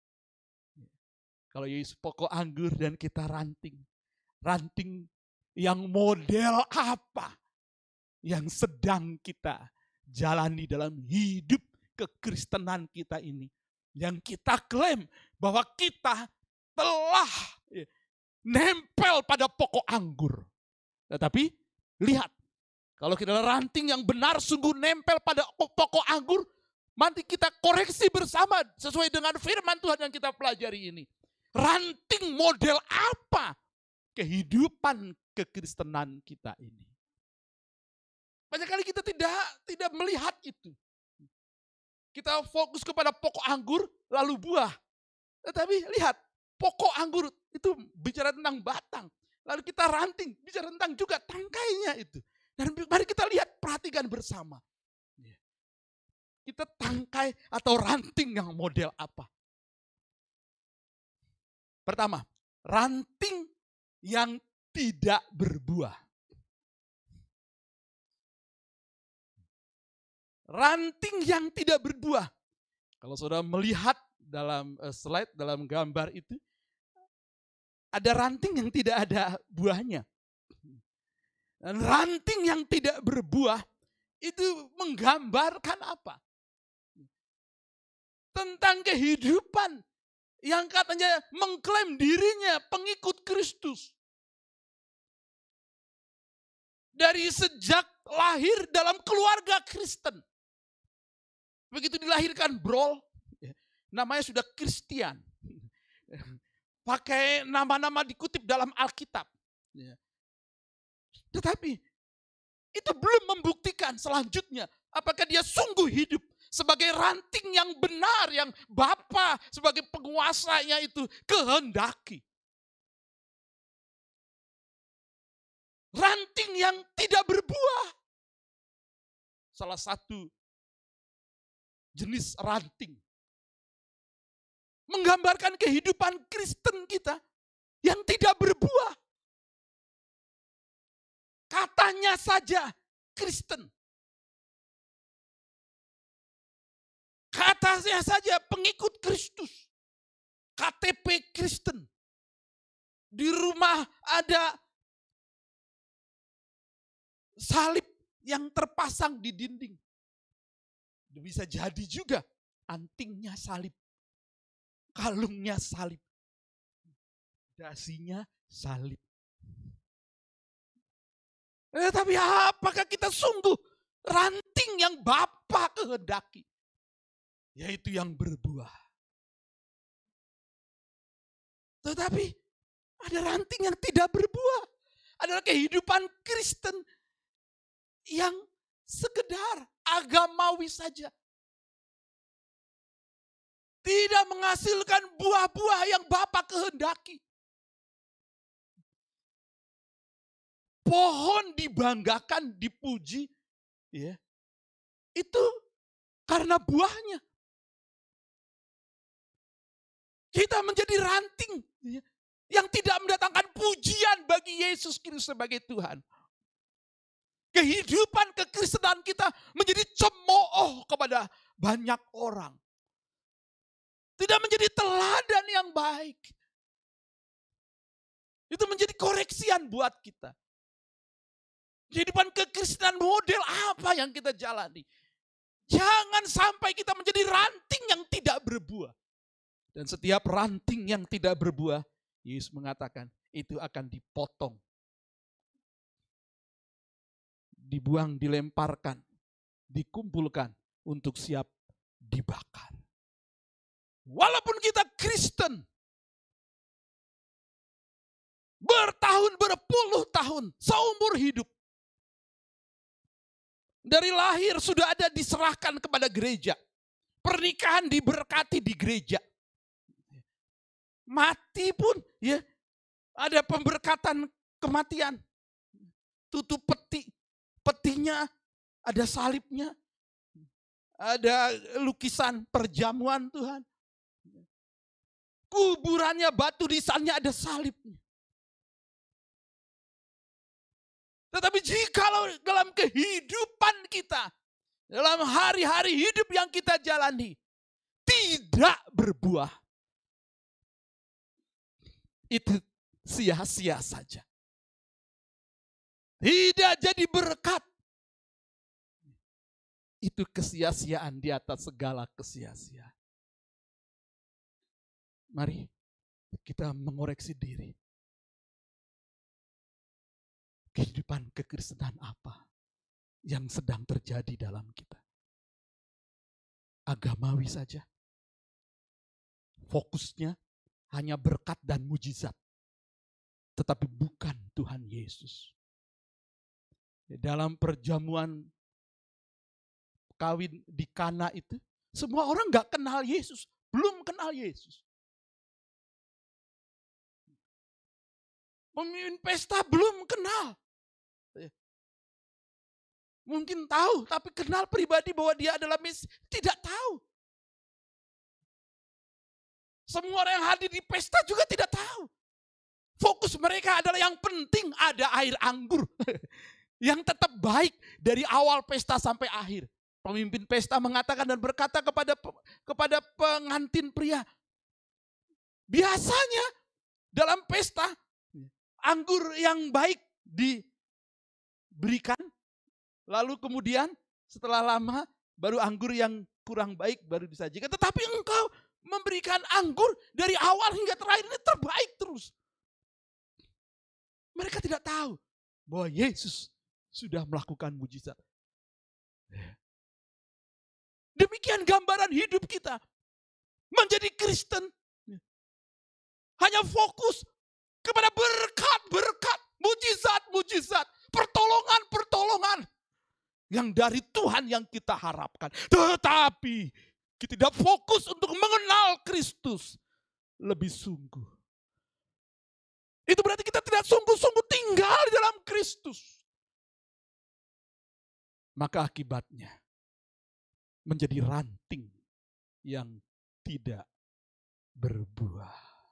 Kalau Yesus pokok anggur dan kita ranting. Ranting yang model apa yang sedang kita jalani dalam hidup kekristenan kita ini. Yang kita klaim bahwa kita telah nempel pada pokok anggur. Tetapi lihat, kalau kita ranting yang benar sungguh nempel pada pokok anggur, mari kita koreksi bersama sesuai dengan firman Tuhan yang kita pelajari ini. Ranting model apa kehidupan kekristenan kita ini? Banyak kali kita tidak melihat itu. Kita fokus kepada pokok anggur lalu buah. Tetapi lihat, pokok anggur itu bicara tentang batang. Lalu kita ranting, bicara tentang juga tangkainya itu. Dan mari kita lihat, perhatikan bersama. Kita tangkai atau ranting yang model apa? Pertama, ranting yang tidak berbuah. Ranting yang tidak berbuah. Kalau saudara melihat dalam slide, dalam gambar itu, ada ranting yang tidak ada buahnya. Dan ranting yang tidak berbuah itu menggambarkan apa? Tentang kehidupan yang katanya mengklaim dirinya pengikut Kristus. Dari sejak lahir dalam keluarga Kristen. Begitu dilahirkan Brol, namanya sudah Kristian. Pakai nama-nama dikutip dalam Alkitab. Tetapi itu belum membuktikan selanjutnya apakah dia sungguh hidup sebagai ranting yang benar yang Bapa sebagai penguasanya itu kehendaki. Ranting yang tidak berbuah. Salah satu jenis ranting menggambarkan kehidupan Kristen kita yang tidak berbuah. Katanya saja Kristen. Katanya saja pengikut Kristus. KTP Kristen. Di rumah ada salib yang terpasang di dinding. Bisa jadi juga antingnya salib. Kalungnya salib. Dasinya salib. Tapi apakah kita sungguh ranting yang Bapa kehendaki? Yaitu yang berbuah. Tetapi ada ranting yang tidak berbuah. Adalah kehidupan Kristen yang sekedar agamawi saja. Tidak menghasilkan buah-buah yang Bapa kehendaki. Pohon dibanggakan, dipuji, ya, itu karena buahnya. Kita menjadi ranting ya, yang tidak mendatangkan pujian bagi Yesus Kristus sebagai Tuhan. Kehidupan kekristenan kita menjadi cemooh kepada banyak orang. Tidak menjadi teladan yang baik. Itu menjadi koreksian buat kita. Kehidupan kekristenan model apa yang kita jalani? Jangan sampai kita menjadi ranting yang tidak berbuah. Dan setiap ranting yang tidak berbuah, Yesus mengatakan itu akan dipotong. Dibuang, dilemparkan, dikumpulkan untuk siap dibakar. Walaupun kita Kristen, bertahun, berpuluh tahun, seumur hidup, dari lahir sudah ada diserahkan kepada gereja. Pernikahan diberkati di gereja. Mati pun ya ada pemberkatan kematian. Tutup peti. Petinya ada salibnya. Ada lukisan perjamuan Tuhan. Kuburannya batu nisannya ada salibnya. Tetapi jikalau dalam kehidupan kita, dalam hari-hari hidup yang kita jalani, tidak berbuah, itu sia-sia saja. Tidak jadi berkat. Itu kesia-siaan di atas segala kesia-siaan. Mari kita mengoreksi diri. Kehidupan kekristenan apa yang sedang terjadi dalam kita? Agamawi saja. Fokusnya hanya berkat dan mujizat. Tetapi bukan Tuhan Yesus. Dalam perjamuan kawin di Kana itu, semua orang gak kenal Yesus. Belum kenal Yesus. Pemimpin pesta belum kenal. Mungkin tahu, tapi kenal pribadi bahwa dia adalah Mesias, tidak tahu. Semua orang yang hadir di pesta juga tidak tahu. Fokus mereka adalah yang penting ada air anggur. Yang tetap baik dari awal pesta sampai akhir. Pemimpin pesta mengatakan dan berkata kepada pengantin pria. Biasanya dalam pesta, anggur yang baik diberikan. Lalu kemudian setelah lama baru anggur yang kurang baik baru disajikan. Tetapi engkau memberikan anggur dari awal hingga terakhir ini terbaik terus. Mereka tidak tahu bahwa Yesus sudah melakukan mujizat. Demikian gambaran hidup kita. Menjadi Kristen. Hanya fokus kepada berkat-berkat, mujizat-mujizat, pertolongan-pertolongan. Yang dari Tuhan yang kita harapkan. Tetapi kita tidak fokus untuk mengenal Kristus lebih sungguh. Itu berarti kita tidak sungguh-sungguh tinggal di dalam Kristus. Maka akibatnya menjadi ranting yang tidak berbuah.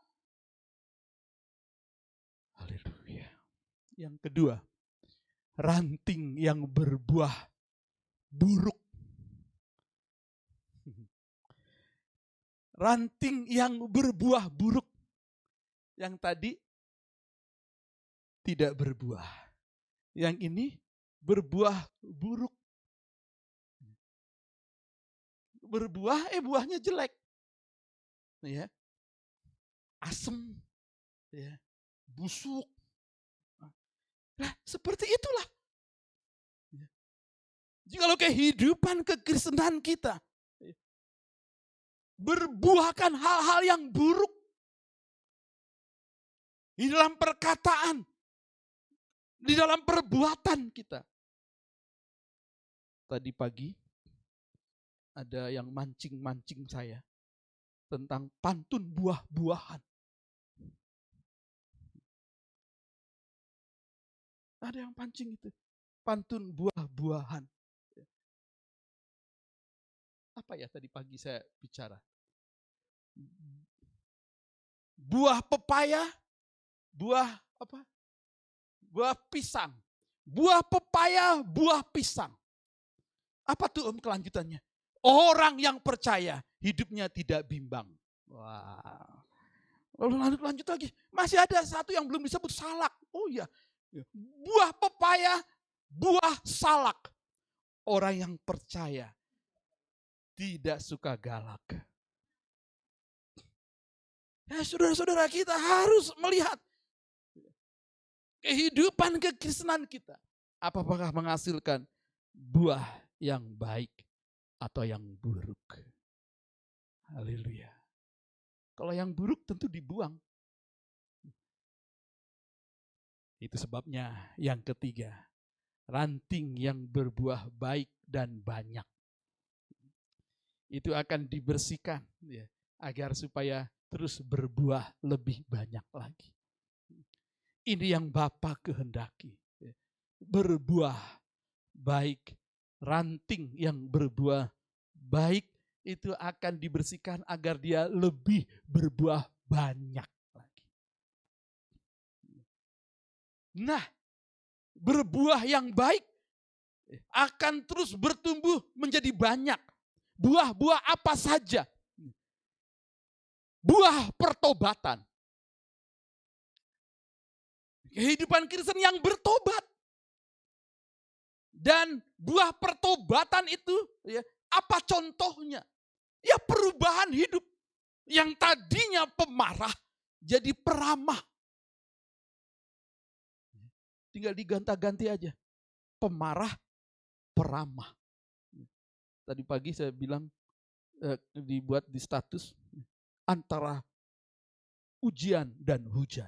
Haleluya. Yang kedua, ranting yang berbuah buruk. Ranting yang berbuah buruk. Yang tadi tidak berbuah. Yang ini berbuah buruk. Berbuah, buahnya jelek. Ya. Asem. Ya. Busuk. Nah, seperti itulah. Jikalau kehidupan kekristenan kita berbuahkan hal-hal yang buruk di dalam perkataan, di dalam perbuatan kita. Tadi pagi ada yang mancing-mancing saya tentang pantun buah-buahan. Ada yang pancing itu, pantun buah-buahan. Apa ya tadi pagi saya bicara? Buah pepaya, buah apa? Buah pisang. Buah pepaya, buah pisang. Apa tuh kelanjutannya? Orang yang percaya hidupnya tidak bimbang. Wah. Lalu lanjut lagi. Masih ada satu yang belum disebut salak. Oh iya. Buah pepaya, buah salak. Orang yang percaya tidak suka galak. Ya, saudara-saudara, kita harus melihat kehidupan kekristenan kita. Apakah menghasilkan buah yang baik atau yang buruk? Haleluya. Kalau yang buruk tentu dibuang. Itu sebabnya yang ketiga, ranting yang berbuah baik dan banyak. Itu akan dibersihkan ya, agar supaya terus berbuah lebih banyak lagi. Ini yang Bapa kehendaki. Ya. Berbuah baik, ranting yang berbuah baik itu akan dibersihkan agar dia lebih berbuah banyak lagi. Nah, berbuah yang baik akan terus bertumbuh menjadi banyak. Buah-buah apa saja? Buah pertobatan. Kehidupan Kristen yang bertobat. Dan buah pertobatan itu, ya, apa contohnya? Ya perubahan hidup. Yang tadinya pemarah jadi peramah. Tinggal diganta-ganti aja. Pemarah, peramah. Tadi pagi saya bilang, dibuat di status, antara ujian dan hujan.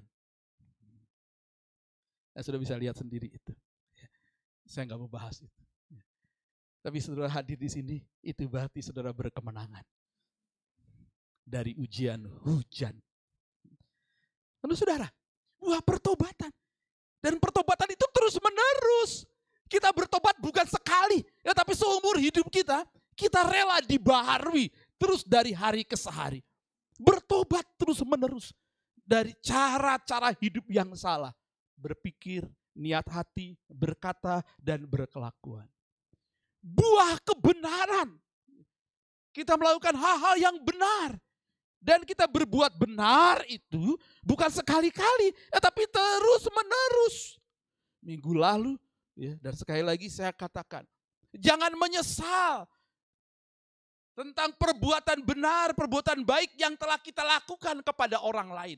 Sudah bisa lihat sendiri itu. Saya nggak mau bahas itu. Tapi saudara hadir di sini, itu berarti saudara berkemenangan. Dari ujian, hujan. Lalu saudara, buah pertobatan. Dan pertobatan itu terus menerus. Kita bertobat bukan sekali, ya, tapi seumur hidup kita rela dibaharui terus dari hari ke hari. Bertobat terus menerus dari cara-cara hidup yang salah. Berpikir, niat hati, berkata, dan berkelakuan. Buah kebenaran. Kita melakukan hal-hal yang benar. Dan kita berbuat benar itu bukan sekali-kali, tapi terus menerus. Minggu lalu, ya, dan sekali lagi saya katakan, jangan menyesal tentang perbuatan benar, perbuatan baik yang telah kita lakukan kepada orang lain.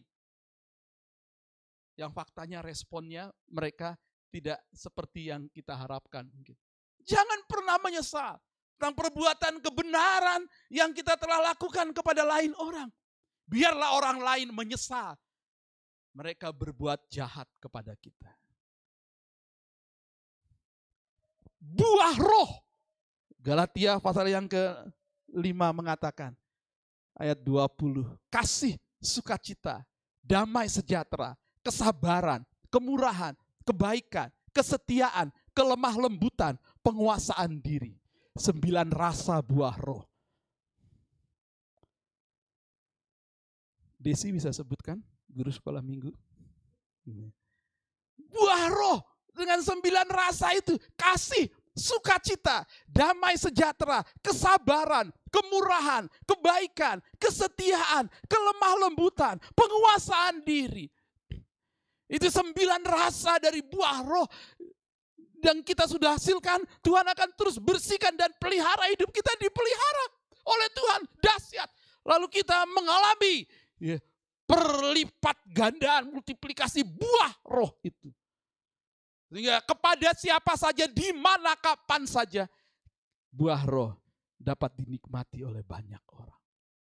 Yang faktanya responnya mereka tidak seperti yang kita harapkan. Jangan pernah menyesal tentang perbuatan kebenaran yang kita telah lakukan kepada lain orang. Biarlah orang lain menyesal. Mereka berbuat jahat kepada kita. Buah roh. Galatia pasal yang ke-5 mengatakan, ayat 20. Kasih, sukacita, damai sejahtera, kesabaran, kemurahan, kebaikan, kesetiaan, kelemah lembutan, penguasaan diri. 9 rasa buah roh. Desi bisa sebutkan, guru sekolah minggu? Buah roh dengan 9 rasa itu. Kasih, sukacita, damai sejahtera, kesabaran, kemurahan, kebaikan, kesetiaan, kelemah lembutan, penguasaan diri. Itu 9 rasa dari buah roh yang kita sudah hasilkan. Tuhan akan terus bersihkan dan pelihara hidup kita, dipelihara oleh Tuhan. Dahsyat. Lalu kita mengalami, ya, perlipat gandaan, multiplikasi buah roh itu. Sehingga kepada siapa saja, di mana, kapan saja, buah roh dapat dinikmati oleh banyak orang.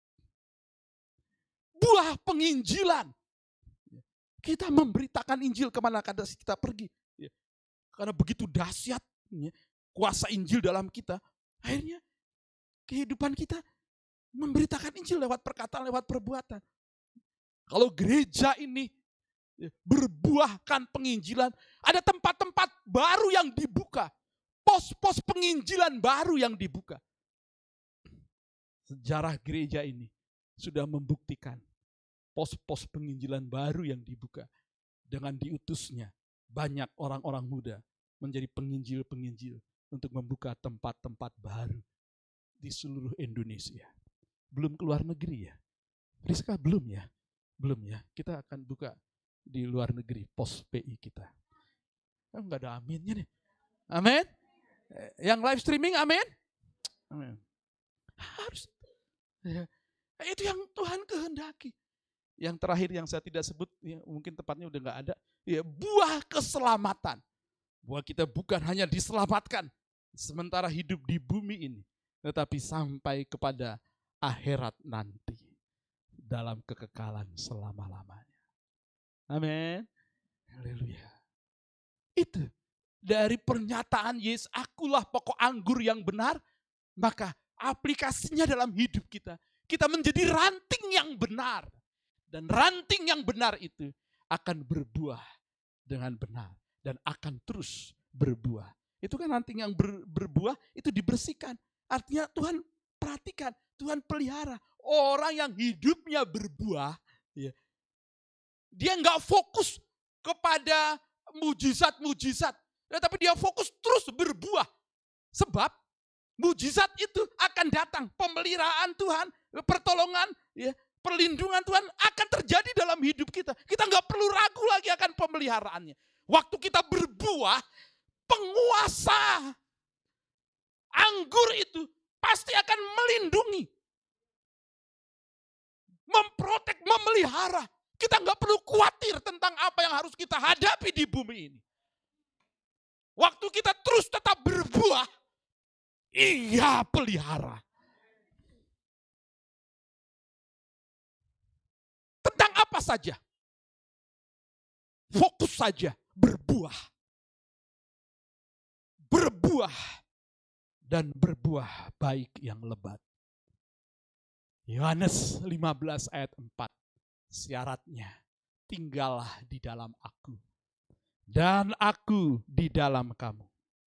Buah penginjilan. Kita memberitakan Injil kemana kita pergi. Karena begitu dahsyat kuasa Injil dalam kita. Akhirnya kehidupan kita memberitakan Injil lewat perkataan, lewat perbuatan. Kalau gereja ini berbuahkan penginjilan, ada tempat-tempat baru yang dibuka. Pos-pos penginjilan baru yang dibuka. Sejarah gereja ini sudah membuktikan pos-pos penginjilan baru yang dibuka. Dengan diutusnya banyak orang-orang muda menjadi penginjil-penginjil untuk membuka tempat-tempat baru di seluruh Indonesia. Belum keluar negeri ya? Rizka belum ya? Belum ya? Kita akan buka di luar negeri, pos PI kita. Enggak ada aminnya nih. Amin. Yang live streaming, amin. Amin. Harus. Ya. Itu yang Tuhan kehendaki. Yang terakhir yang saya tidak sebut, ya, mungkin tepatnya udah nggak ada. Ya, buah keselamatan. Bahwa kita bukan hanya diselamatkan sementara hidup di bumi ini, tetapi sampai kepada akhirat nanti dalam kekekalan selama-lamanya. Amin. Haleluya. Itu dari pernyataan Yesus, akulah pokok anggur yang benar, maka aplikasinya dalam hidup kita. Kita menjadi ranting yang benar. Dan ranting yang benar itu akan berbuah dengan benar. Dan akan terus berbuah. Itu kan ranting yang berbuah itu dibersihkan. Artinya Tuhan perhatikan, Tuhan pelihara. Orang yang hidupnya berbuah, ya, dia nggak fokus kepada mujizat-mujizat. Tetapi dia fokus terus berbuah. Sebab mujizat itu akan datang. Pemeliharaan Tuhan, pertolongan, ya, perlindungan Tuhan akan terjadi dalam hidup kita. Kita nggak perlu ragu lagi akan pemeliharaannya. Waktu kita berbuah, penguasa anggur itu pasti akan melindungi, memprotek, memelihara. Kita nggak perlu khawatir tentang apa yang harus kita hadapi di bumi ini. Waktu kita terus tetap berbuah, Ia pelihara. Tentang apa saja. Fokus saja berbuah. Berbuah. Dan berbuah baik yang lebat. Yohanes 15 ayat 4. Syaratnya, tinggallah di dalam aku. Dan aku di dalam kamu.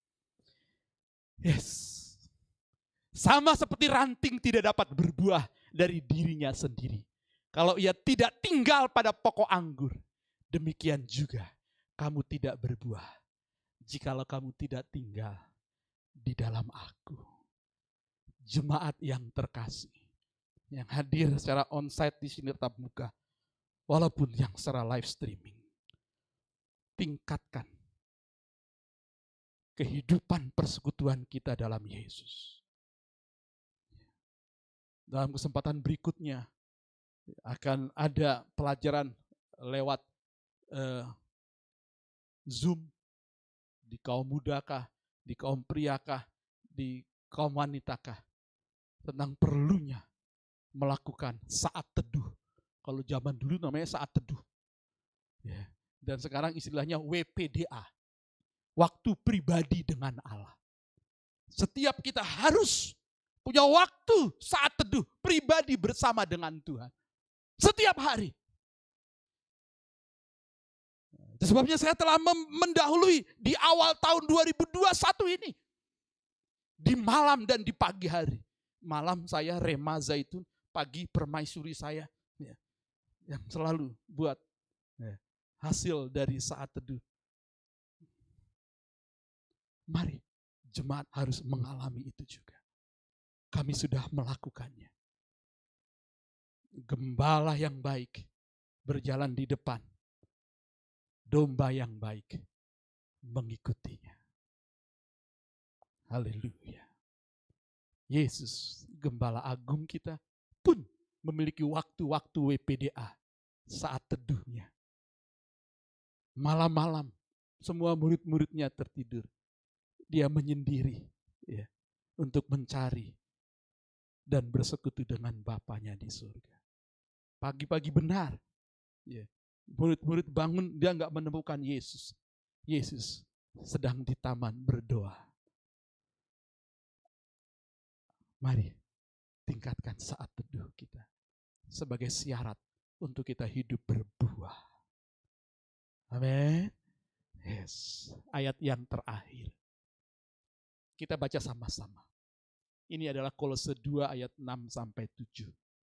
Yes. Sama seperti ranting tidak dapat berbuah dari dirinya sendiri. Kalau ia tidak tinggal pada pokok anggur, demikian juga kamu tidak berbuah. Jikalau kamu tidak tinggal di dalam aku. Jemaat yang terkasih, yang hadir secara onsite di sini tetap muka, walaupun yang secara live streaming. Tingkatkan kehidupan persekutuan kita dalam Yesus. Dalam kesempatan berikutnya akan ada pelajaran lewat Zoom di kaum mudakah, di kaum priakah, di kaum wanitakah, tentang perlunya melakukan saat teduh. Kalau zaman dulu namanya saat teduh. Ya. Dan sekarang istilahnya WPDA. Waktu pribadi dengan Allah. Setiap kita harus punya waktu saat teduh pribadi bersama dengan Tuhan. Setiap hari. Sebabnya saya telah mendahului di awal tahun 2021 ini. Di malam dan di pagi hari. Malam saya Rema Zaitun, pagi permaisuri saya. Ya, yang selalu buat ya, hasil dari saat teduh. Mari, jemaat harus mengalami itu juga. Kami sudah melakukannya. Gembala yang baik berjalan di depan. Domba yang baik mengikutinya. Haleluya. Yesus, gembala agung kita pun memiliki waktu-waktu WPDA saat teduhnya. Malam-malam semua murid-muridnya tertidur. Dia menyendiri ya, untuk mencari dan bersekutu dengan Bapanya di surga. Pagi-pagi benar. Ya, murid-murid bangun, dia nggak menemukan Yesus. Yesus sedang di taman berdoa. Mari tingkatkan saat teduh kita sebagai syarat untuk kita hidup berbuah. Amin. Yes. Ayat yang terakhir. Kita baca sama-sama. Ini adalah Kolose 2 ayat 6 sampai 7.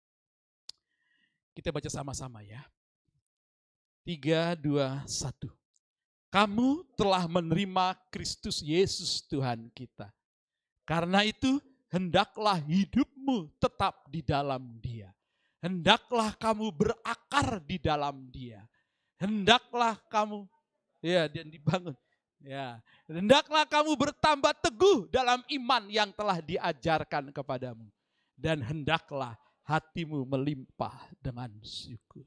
Kita baca sama-sama ya. 3, 2, 1. Kamu telah menerima Kristus Yesus Tuhan kita. Karena itu hendaklah hidupmu tetap di dalam Dia. Hendaklah kamu berakar di dalam Dia. Hendaklah kamu dan dibangun. Ya, hendaklah kamu bertambah teguh dalam iman yang telah diajarkan kepadamu. Dan hendaklah hatimu melimpah dengan syukur.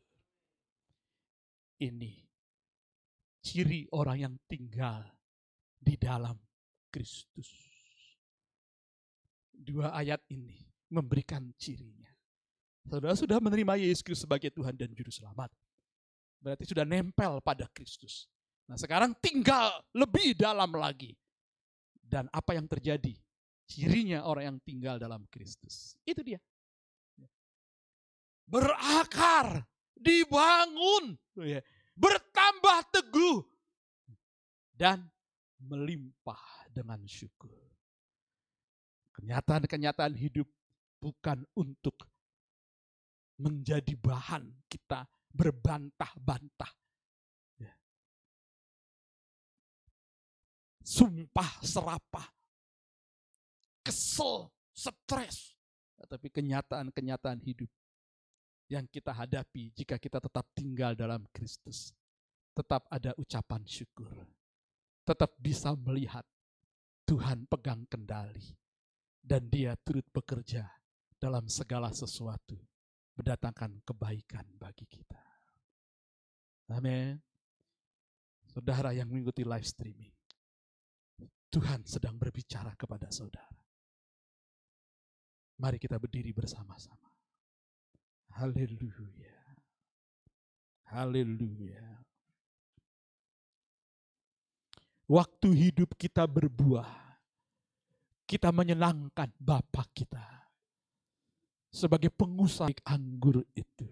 Ini ciri orang yang tinggal di dalam Kristus. 2 ayat ini memberikan cirinya. Saudara sudah menerima Yesus Kristus sebagai Tuhan dan Juru Selamat. Berarti sudah nempel pada Kristus. Nah sekarang tinggal lebih dalam lagi. Dan apa yang terjadi? Cirinya orang yang tinggal dalam Kristus. Itu dia. Berakar, dibangun, bertambah teguh, dan melimpah dengan syukur. Kenyataan-kenyataan hidup bukan untuk menjadi bahan kita berbantah-bantah. sumpah serapah, kesel, stres, tapi kenyataan-kenyataan hidup yang kita hadapi jika kita tetap tinggal dalam Kristus. Tetap ada ucapan syukur. Tetap bisa melihat Tuhan pegang kendali. Dan Dia turut bekerja dalam segala sesuatu. Mendatangkan kebaikan bagi kita. Amin. Saudara yang mengikuti live streaming. Tuhan sedang berbicara kepada saudara. Mari kita berdiri bersama-sama. Haleluya. Haleluya. Waktu hidup kita berbuah, kita menyenangkan Bapa kita. Sebagai pengusaha anggur itu.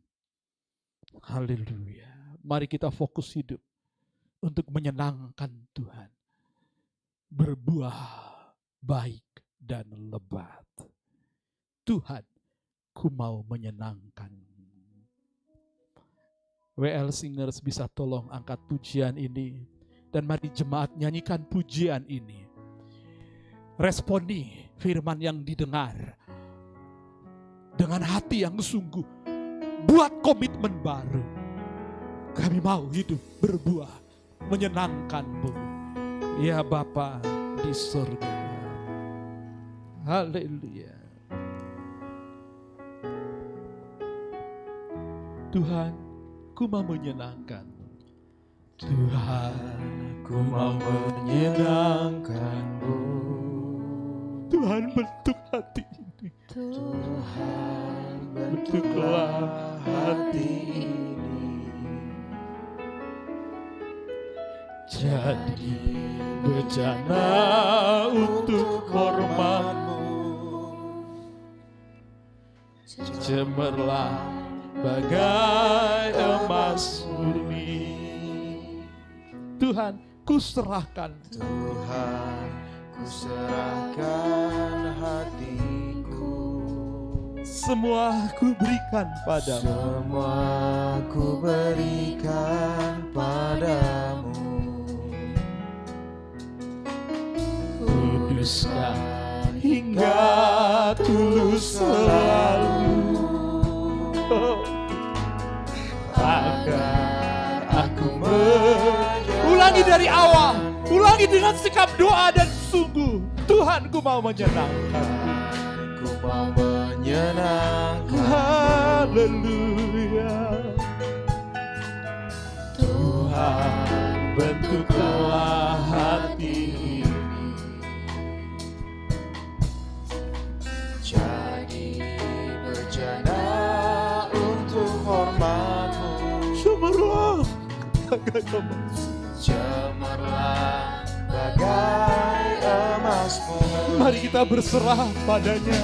Haleluya. Mari kita fokus hidup untuk menyenangkan Tuhan. Berbuah baik dan lebat. Tuhan, ku mau menyenangkan. WL Singers bisa tolong angkat pujian ini. Dan mari jemaat nyanyikan pujian ini. Responi firman yang didengar. Dengan hati yang sungguh. Buat komitmen baru. Kami mau hidup berbuah. Menyenangkan-Mu. Ya Bapa di surga. Haleluya. Tuhan, ku mau menyenangkan. Tuhan, ku mau menyenangkan-Mu. Tuhan, bentuk hati ini. Tuhan, bentuklah hati ini. Jadi bejana untuk hormat-Mu. Cemerlah bagai emas murni. Tuhan, ku serahkan. Tuhan, ku serahkan hatiku. Semua ku berikan padamu. Semua ku berikan padamu. Kuduskan hingga tulus selalu. Agar aku ulangi dari awal. Ulangi dengan sikap doa dan sungguh. Tuhan, ku mau menyenangkan. Ku mau menyenangkan. Haleluya. Tuhan, bentuklah hati ini. Jadi berjana untuk hormat-Mu. Cemerlang bagai emas. Cemerlang bagai emas-Mu. Mari kita berserah padanya.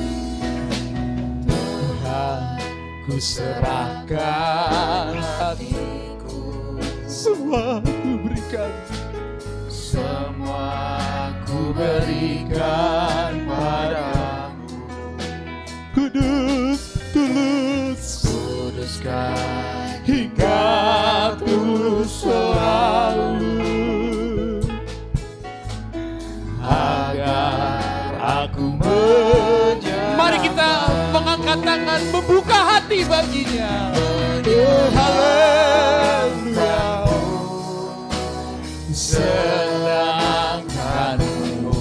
Tuhan, ku serahkan hatiku. Semua ku berikan. Semua ku berikan padamu. Kudus, tulus, Kuduskan hingga tulus selalu. Agar aku mari kita mengangkat tangan, membuka hati baginya. Haleluya. Senangkan-Mu,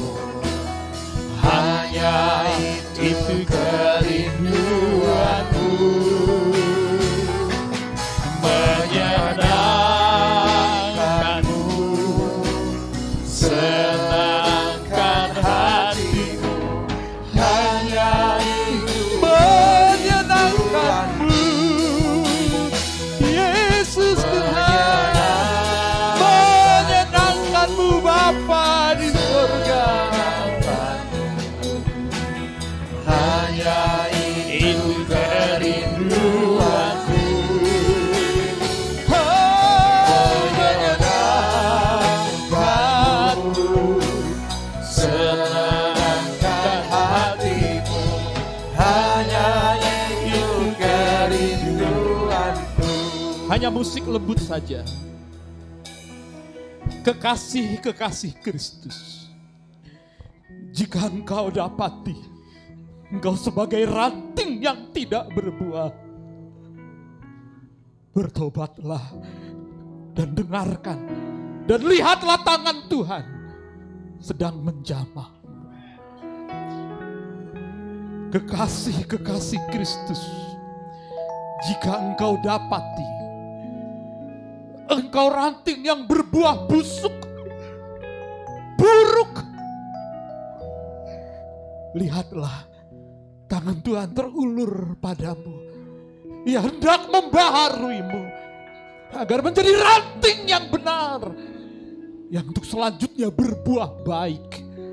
hanya itu kerinduanku. Menyenangkan-Mu, senangkan hatiku, hanya itu Menyenangkan-Mu, Yesus Tuhan. Menyenangkan-Mu Bapa di surga. hanya itu kerinduanku. Menyenangkan-Mu, senangkan hatiku, hanya itu kerinduanku. Hanya musik lembut saja. Kekasih-kekasih Kristus, jika engkau dapati engkau sebagai ranting yang tidak berbuah, bertobatlah dan dengarkan dan lihatlah tangan Tuhan sedang menjamah. Kekasih-kekasih Kristus, jika engkau dapati engkau ranting yang berbuah busuk, buruk, lihatlah tangan Tuhan terulur padamu, Ia hendak membaharuimu agar menjadi ranting yang benar, yang untuk selanjutnya berbuah baik.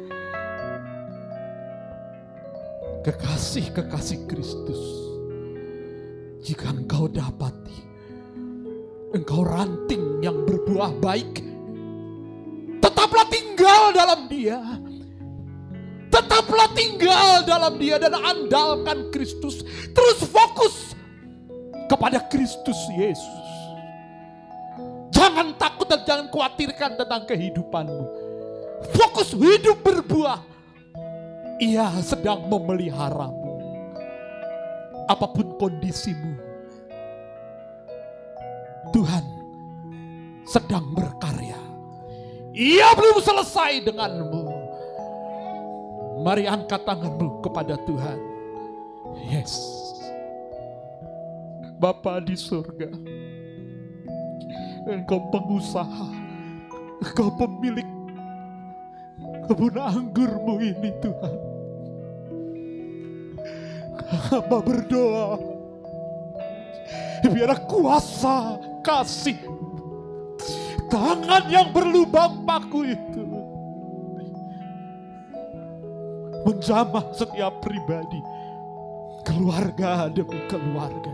Kekasih-kekasih Kristus, jika engkau dapati engkau ranting yang berbuah baik, tetaplah tinggal dalam Dia. Tetaplah tinggal dalam Dia dan andalkan Kristus. Terus fokus kepada Kristus Yesus. Jangan takut dan jangan khawatirkan tentang kehidupanmu. Fokus hidup berbuah. Ia sedang memeliharamu. Apapun kondisimu, Tuhan sedang berkarya. Ia belum selesai denganmu. Mari angkat tanganmu kepada Tuhan. Yes. Bapa di surga, Engkau pengusaha, Engkau pemilik kebun anggurmu ini Tuhan. Hamba berdoa, biarlah kuasa kasih, tangan yang berlubang paku itu menjamah setiap pribadi, keluarga demi keluarga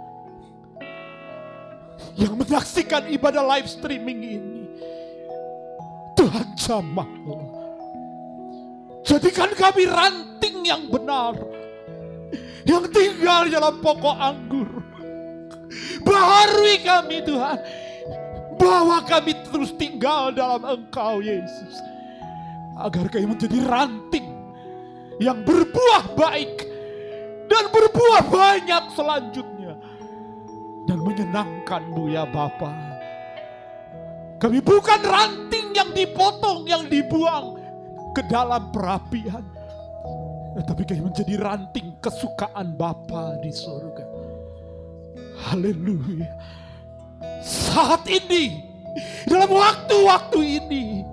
yang menyaksikan ibadah live streaming ini. Tuhan jamahlah, jadikan kami ranting yang benar, yang tinggal dalam pokok anggur. Baharui kami Tuhan, bawa kami terus tinggal dalam Engkau Yesus, agar kami menjadi ranting yang berbuah baik dan berbuah banyak selanjutnya dan menyenangkan-Mu ya Bapa. Kami bukan ranting yang dipotong, yang dibuang ke dalam perapian, tetapi kami menjadi ranting kesukaan Bapa di surga. Haleluya. Saat ini, dalam waktu-waktu ini,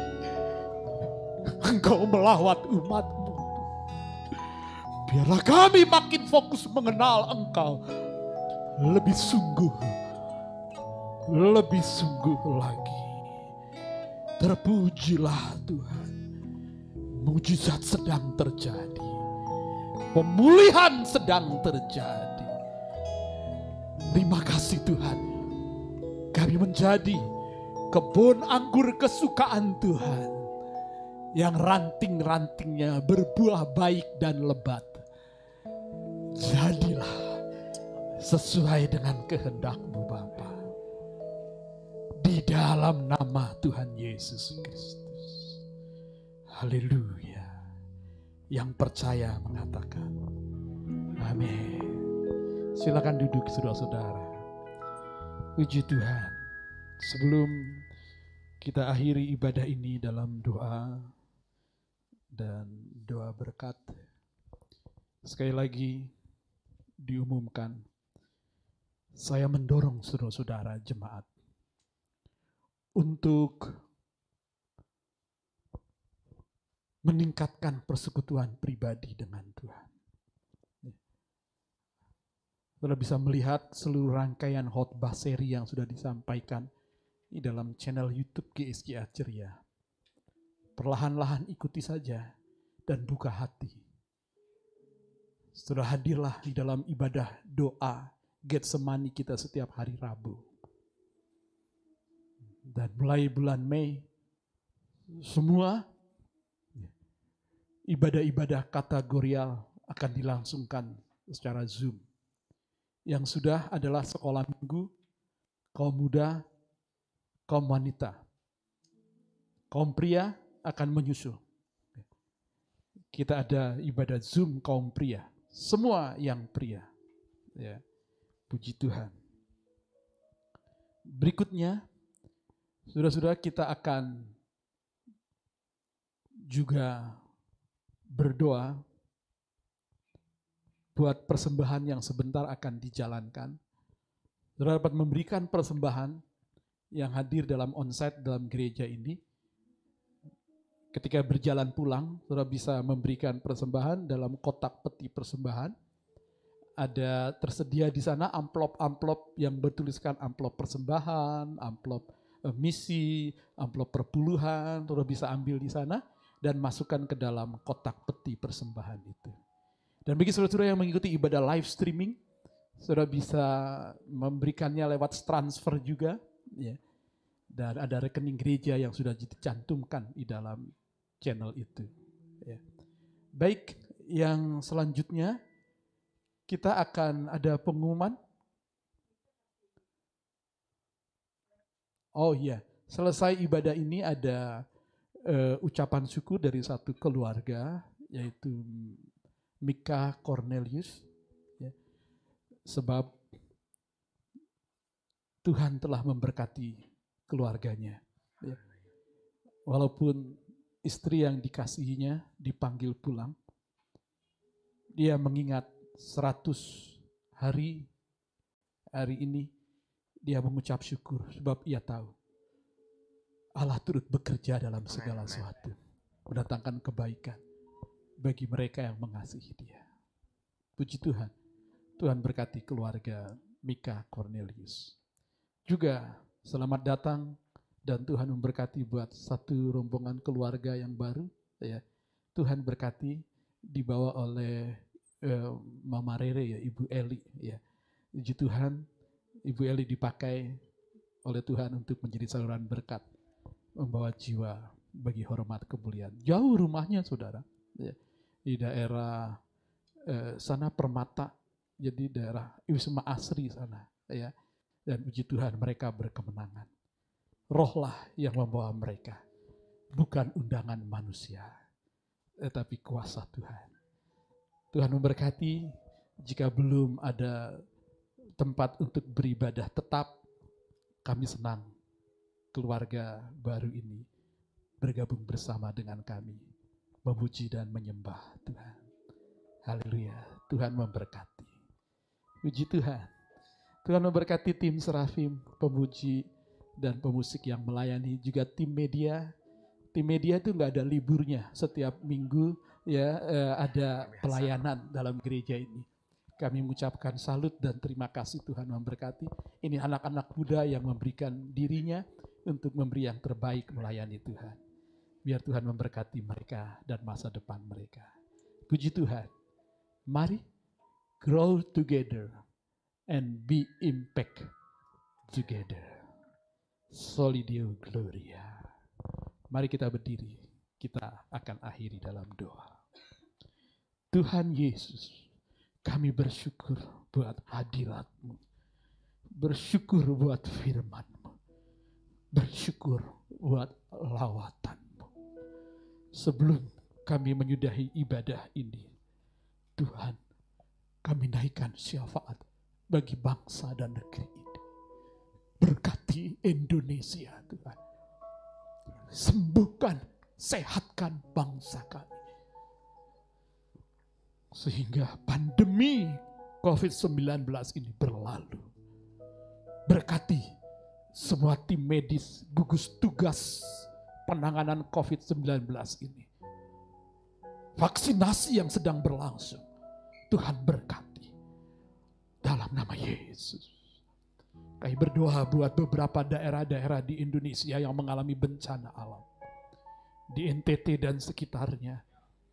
Engkau melawat umat-Mu. Biarlah kami makin fokus mengenal Engkau lebih sungguh lagi. Terpujilah Tuhan. Mujizat sedang terjadi. Pemulihan sedang terjadi. Terima kasih Tuhan. Kami menjadi kebun anggur kesukaan Tuhan, yang ranting-rantingnya berbuah baik dan lebat. Jadilah sesuai dengan kehendak-Mu Bapa. Di dalam nama Tuhan Yesus Kristus. Haleluya. Yang percaya mengatakan amin. Silakan duduk saudara-saudara. Puji Tuhan. Sebelum kita akhiri ibadah ini dalam doa dan doa berkat, sekali lagi diumumkan, saya mendorong saudara-saudara jemaat untuk meningkatkan persekutuan pribadi dengan Tuhan. Saudara bisa melihat seluruh rangkaian khotbah seri yang sudah disampaikan di dalam channel YouTube GSGA Ceria. Perlahan-lahan ikuti saja dan buka hati. Saudara hadirlah di dalam ibadah doa Getsemani kita setiap hari Rabu. Dan mulai bulan Mei, semua ibadah-ibadah kategorial akan dilangsungkan secara Zoom. Yang sudah adalah sekolah minggu, kaum muda, kaum wanita. Kaum pria akan menyusul. Kita ada ibadah Zoom kaum pria. Semua yang pria. Ya, puji Tuhan. Berikutnya, saudara-saudara, kita akan juga berdoa buat persembahan yang sebentar akan dijalankan. Saudara dapat memberikan persembahan yang hadir dalam onsite dalam gereja ini. Ketika berjalan pulang, saudara bisa memberikan persembahan dalam kotak peti persembahan. Ada tersedia di sana amplop-amplop yang bertuliskan amplop persembahan, amplop misi, amplop perpuluhan. Saudara bisa ambil di sana dan masukkan ke dalam kotak peti persembahan itu. Dan bagi saudara-saudara yang mengikuti ibadah live streaming, saudara bisa memberikannya lewat transfer juga, ya. Dan ada rekening gereja yang sudah dicantumkan di dalam channel itu. Ya. Baik, yang selanjutnya kita akan ada pengumuman. Oh iya, selesai ibadah ini ada ucapan syukur dari satu keluarga, yaitu Mika Cornelius, ya, sebab Tuhan telah memberkati keluarganya. Ya. Walaupun istri yang dikasihinya dipanggil pulang, dia mengingat 100 hari ini dia mengucap syukur sebab ia tahu Allah turut bekerja dalam segala sesuatu, mendatangkan kebaikan bagi mereka yang mengasihi dia. Puji Tuhan, Tuhan berkati keluarga Mika Cornelius. Juga selamat datang dan Tuhan memberkati buat satu rombongan keluarga yang baru. Ya. Tuhan berkati dibawa oleh Mama Rere, ya, Ibu Eli. Ya. Puji Tuhan, Ibu Eli dipakai oleh Tuhan untuk menjadi saluran berkat, membawa jiwa bagi hormat kemuliaan. Jauh rumahnya, saudara, ya, di daerah sana Permata, jadi daerah Wisma Asri sana, ya. Dan puji Tuhan mereka berkemenangan. Rohlah yang membawa mereka, bukan undangan manusia, tetapi kuasa Tuhan. Tuhan memberkati. Jika belum ada tempat untuk beribadah tetap, kami senang keluarga baru ini bergabung bersama dengan kami, memuji dan menyembah Tuhan. Haleluya, Tuhan memberkati. Puji Tuhan. Tuhan memberkati tim Serafim, pemuji dan pemusik yang melayani, juga tim media. Tim media itu nggak ada liburnya, setiap minggu ya ada pelayanan dalam gereja ini. Kami mengucapkan salut dan terima kasih, Tuhan memberkati. Ini anak-anak muda yang memberikan dirinya untuk memberi yang terbaik melayani Tuhan. Biar Tuhan memberkati mereka dan masa depan mereka. Puji Tuhan. Mari grow together and be impact together. Soli Deo Gloria. Mari kita berdiri, kita akan akhiri dalam doa. Tuhan Yesus, kami bersyukur buat hadirat-Mu, bersyukur buat firman-Mu, bersyukur buat lawatan-Mu. Sebelum kami menyudahi ibadah ini, Tuhan, kami naikkan syafaat bagi bangsa dan negeri ini. Berkati Indonesia, Tuhan. Sembuhkan, sehatkan bangsa kami. Sehingga pandemi COVID-19 ini berlalu. Berkati semua tim medis, gugus tugas penanganan COVID-19 ini. Vaksinasi yang sedang berlangsung, Tuhan berkati. Dalam nama Yesus. Kami berdoa buat beberapa daerah-daerah di Indonesia yang mengalami bencana alam. Di NTT dan sekitarnya.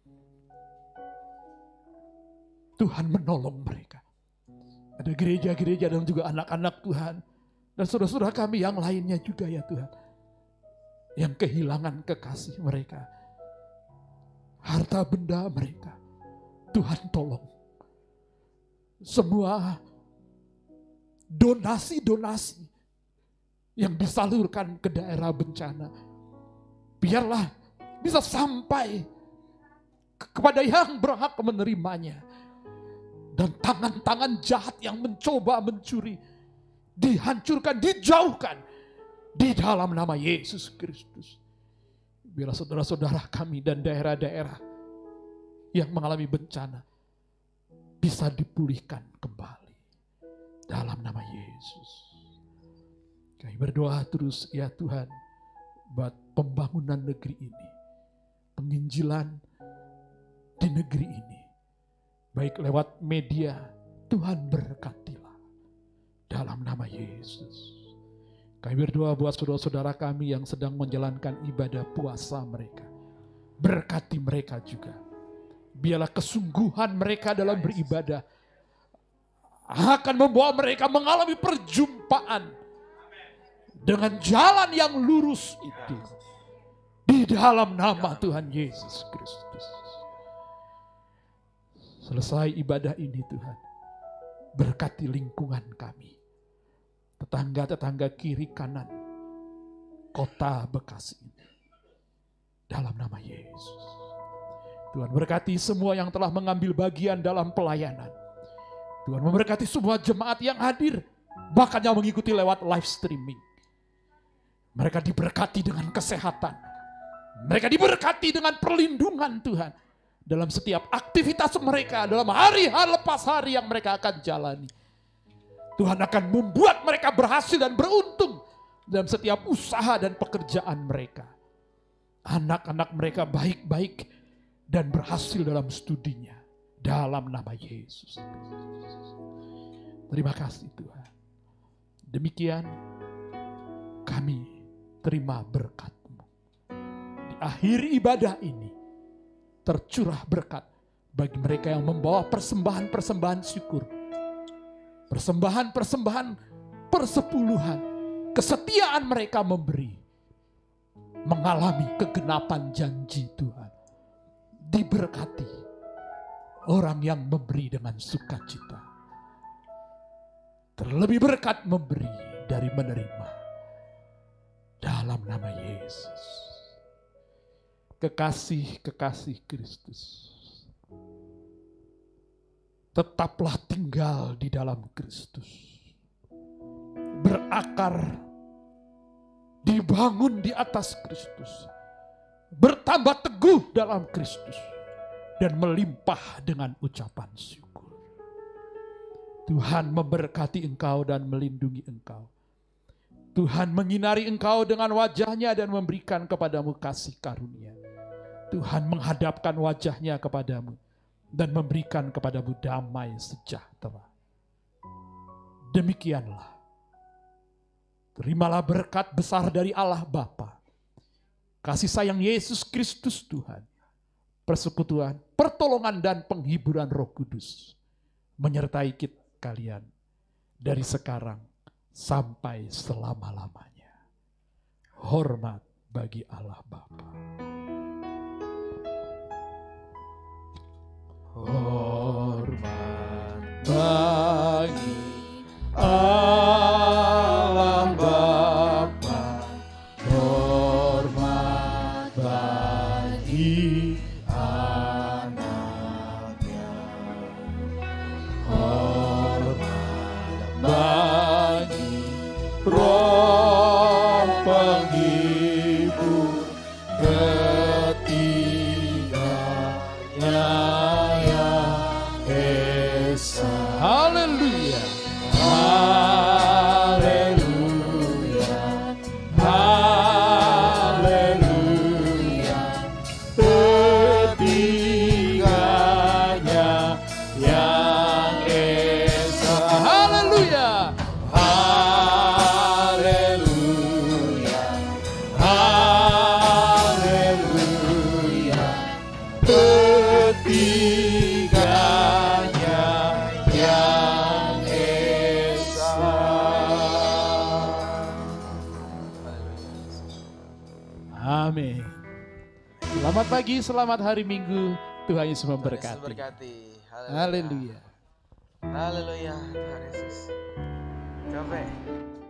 Tuhan menolong mereka. Ada gereja-gereja dan juga anak-anak Tuhan. Dan saudara-saudara kami yang lainnya juga ya Tuhan. Yang kehilangan kekasih mereka. Harta benda mereka. Tuhan tolong. Semua donasi-donasi yang disalurkan ke daerah bencana, biarlah bisa sampai kepada yang berhak menerimanya. Dan tangan-tangan jahat yang mencoba mencuri dihancurkan, dijauhkan di dalam nama Yesus Kristus. Biarlah saudara-saudara kami dan daerah-daerah yang mengalami bencana bisa dipulihkan kembali dalam nama Yesus. Kami berdoa terus ya Tuhan buat pembangunan negeri ini, penginjilan di negeri ini, baik lewat media. Tuhan berkatilah dalam nama Yesus. Kami berdoa buat saudara-saudara kami yang sedang menjalankan ibadah puasa mereka. Berkati mereka juga. Biarlah kesungguhan mereka dalam beribadah akan membawa mereka mengalami perjumpaan dengan jalan yang lurus itu. Di dalam nama Tuhan Yesus Kristus. Selesai ibadah ini Tuhan, berkati lingkungan kami. Tetangga-tetangga kiri kanan kota Bekasi ini. Dalam nama Yesus. Tuhan berkati semua yang telah mengambil bagian dalam pelayanan. Tuhan memberkati semua jemaat yang hadir, bahkan yang mengikuti lewat live streaming. Mereka diberkati dengan kesehatan. Mereka diberkati dengan perlindungan Tuhan. Dalam setiap aktivitas mereka, dalam hari lepas hari yang mereka akan jalani. Tuhan akan membuat mereka berhasil dan beruntung dalam setiap usaha dan pekerjaan mereka. Anak-anak mereka baik-baik dan berhasil dalam studinya. Dalam nama Yesus. Terima kasih Tuhan. Demikian kami terima berkat-Mu. Di akhir ibadah ini tercurah berkat bagi mereka yang membawa persembahan-persembahan syukur. Persembahan-persembahan persepuluhan. Kesetiaan mereka memberi. Mengalami kegenapan janji Tuhan. Diberkati orang yang memberi dengan sukacita. Terlebih berkat memberi dari menerima. Dalam nama Yesus. Kekasih-kekasih Kristus. Tetaplah tinggal di dalam Kristus. Berakar, dibangun di atas Kristus. Bertambah teguh dalam Kristus. Dan melimpah dengan ucapan syukur. Tuhan memberkati engkau dan melindungi engkau. Tuhan menyinari engkau dengan wajahnya dan memberikan kepadamu kasih karunia. Tuhan menghadapkan wajahnya kepadamu dan memberikan kepadamu damai sejahtera. Demikianlah. Terimalah berkat besar dari Allah Bapa, kasih sayang Yesus Kristus Tuhan, persekutuan, pertolongan dan penghiburan Roh Kudus menyertai kita kalian dari sekarang sampai selama-lamanya. Hormat bagi Allah Bapa. Hormat bagi Allah Bapa. Hormat bagi anaknya. Hormat bagi Roh penghibur ketiganya. Haleluya, haleluya, haleluya. Ketiganya yang esa. Haleluya, haleluya, haleluya. Ketiganya yang esa. Amin. Selamat pagi, selamat hari Minggu. Tuhan Yesus Tuhan memberkati. berkati. Haleluya. Haleluya. Tuhan Yesus. Capek.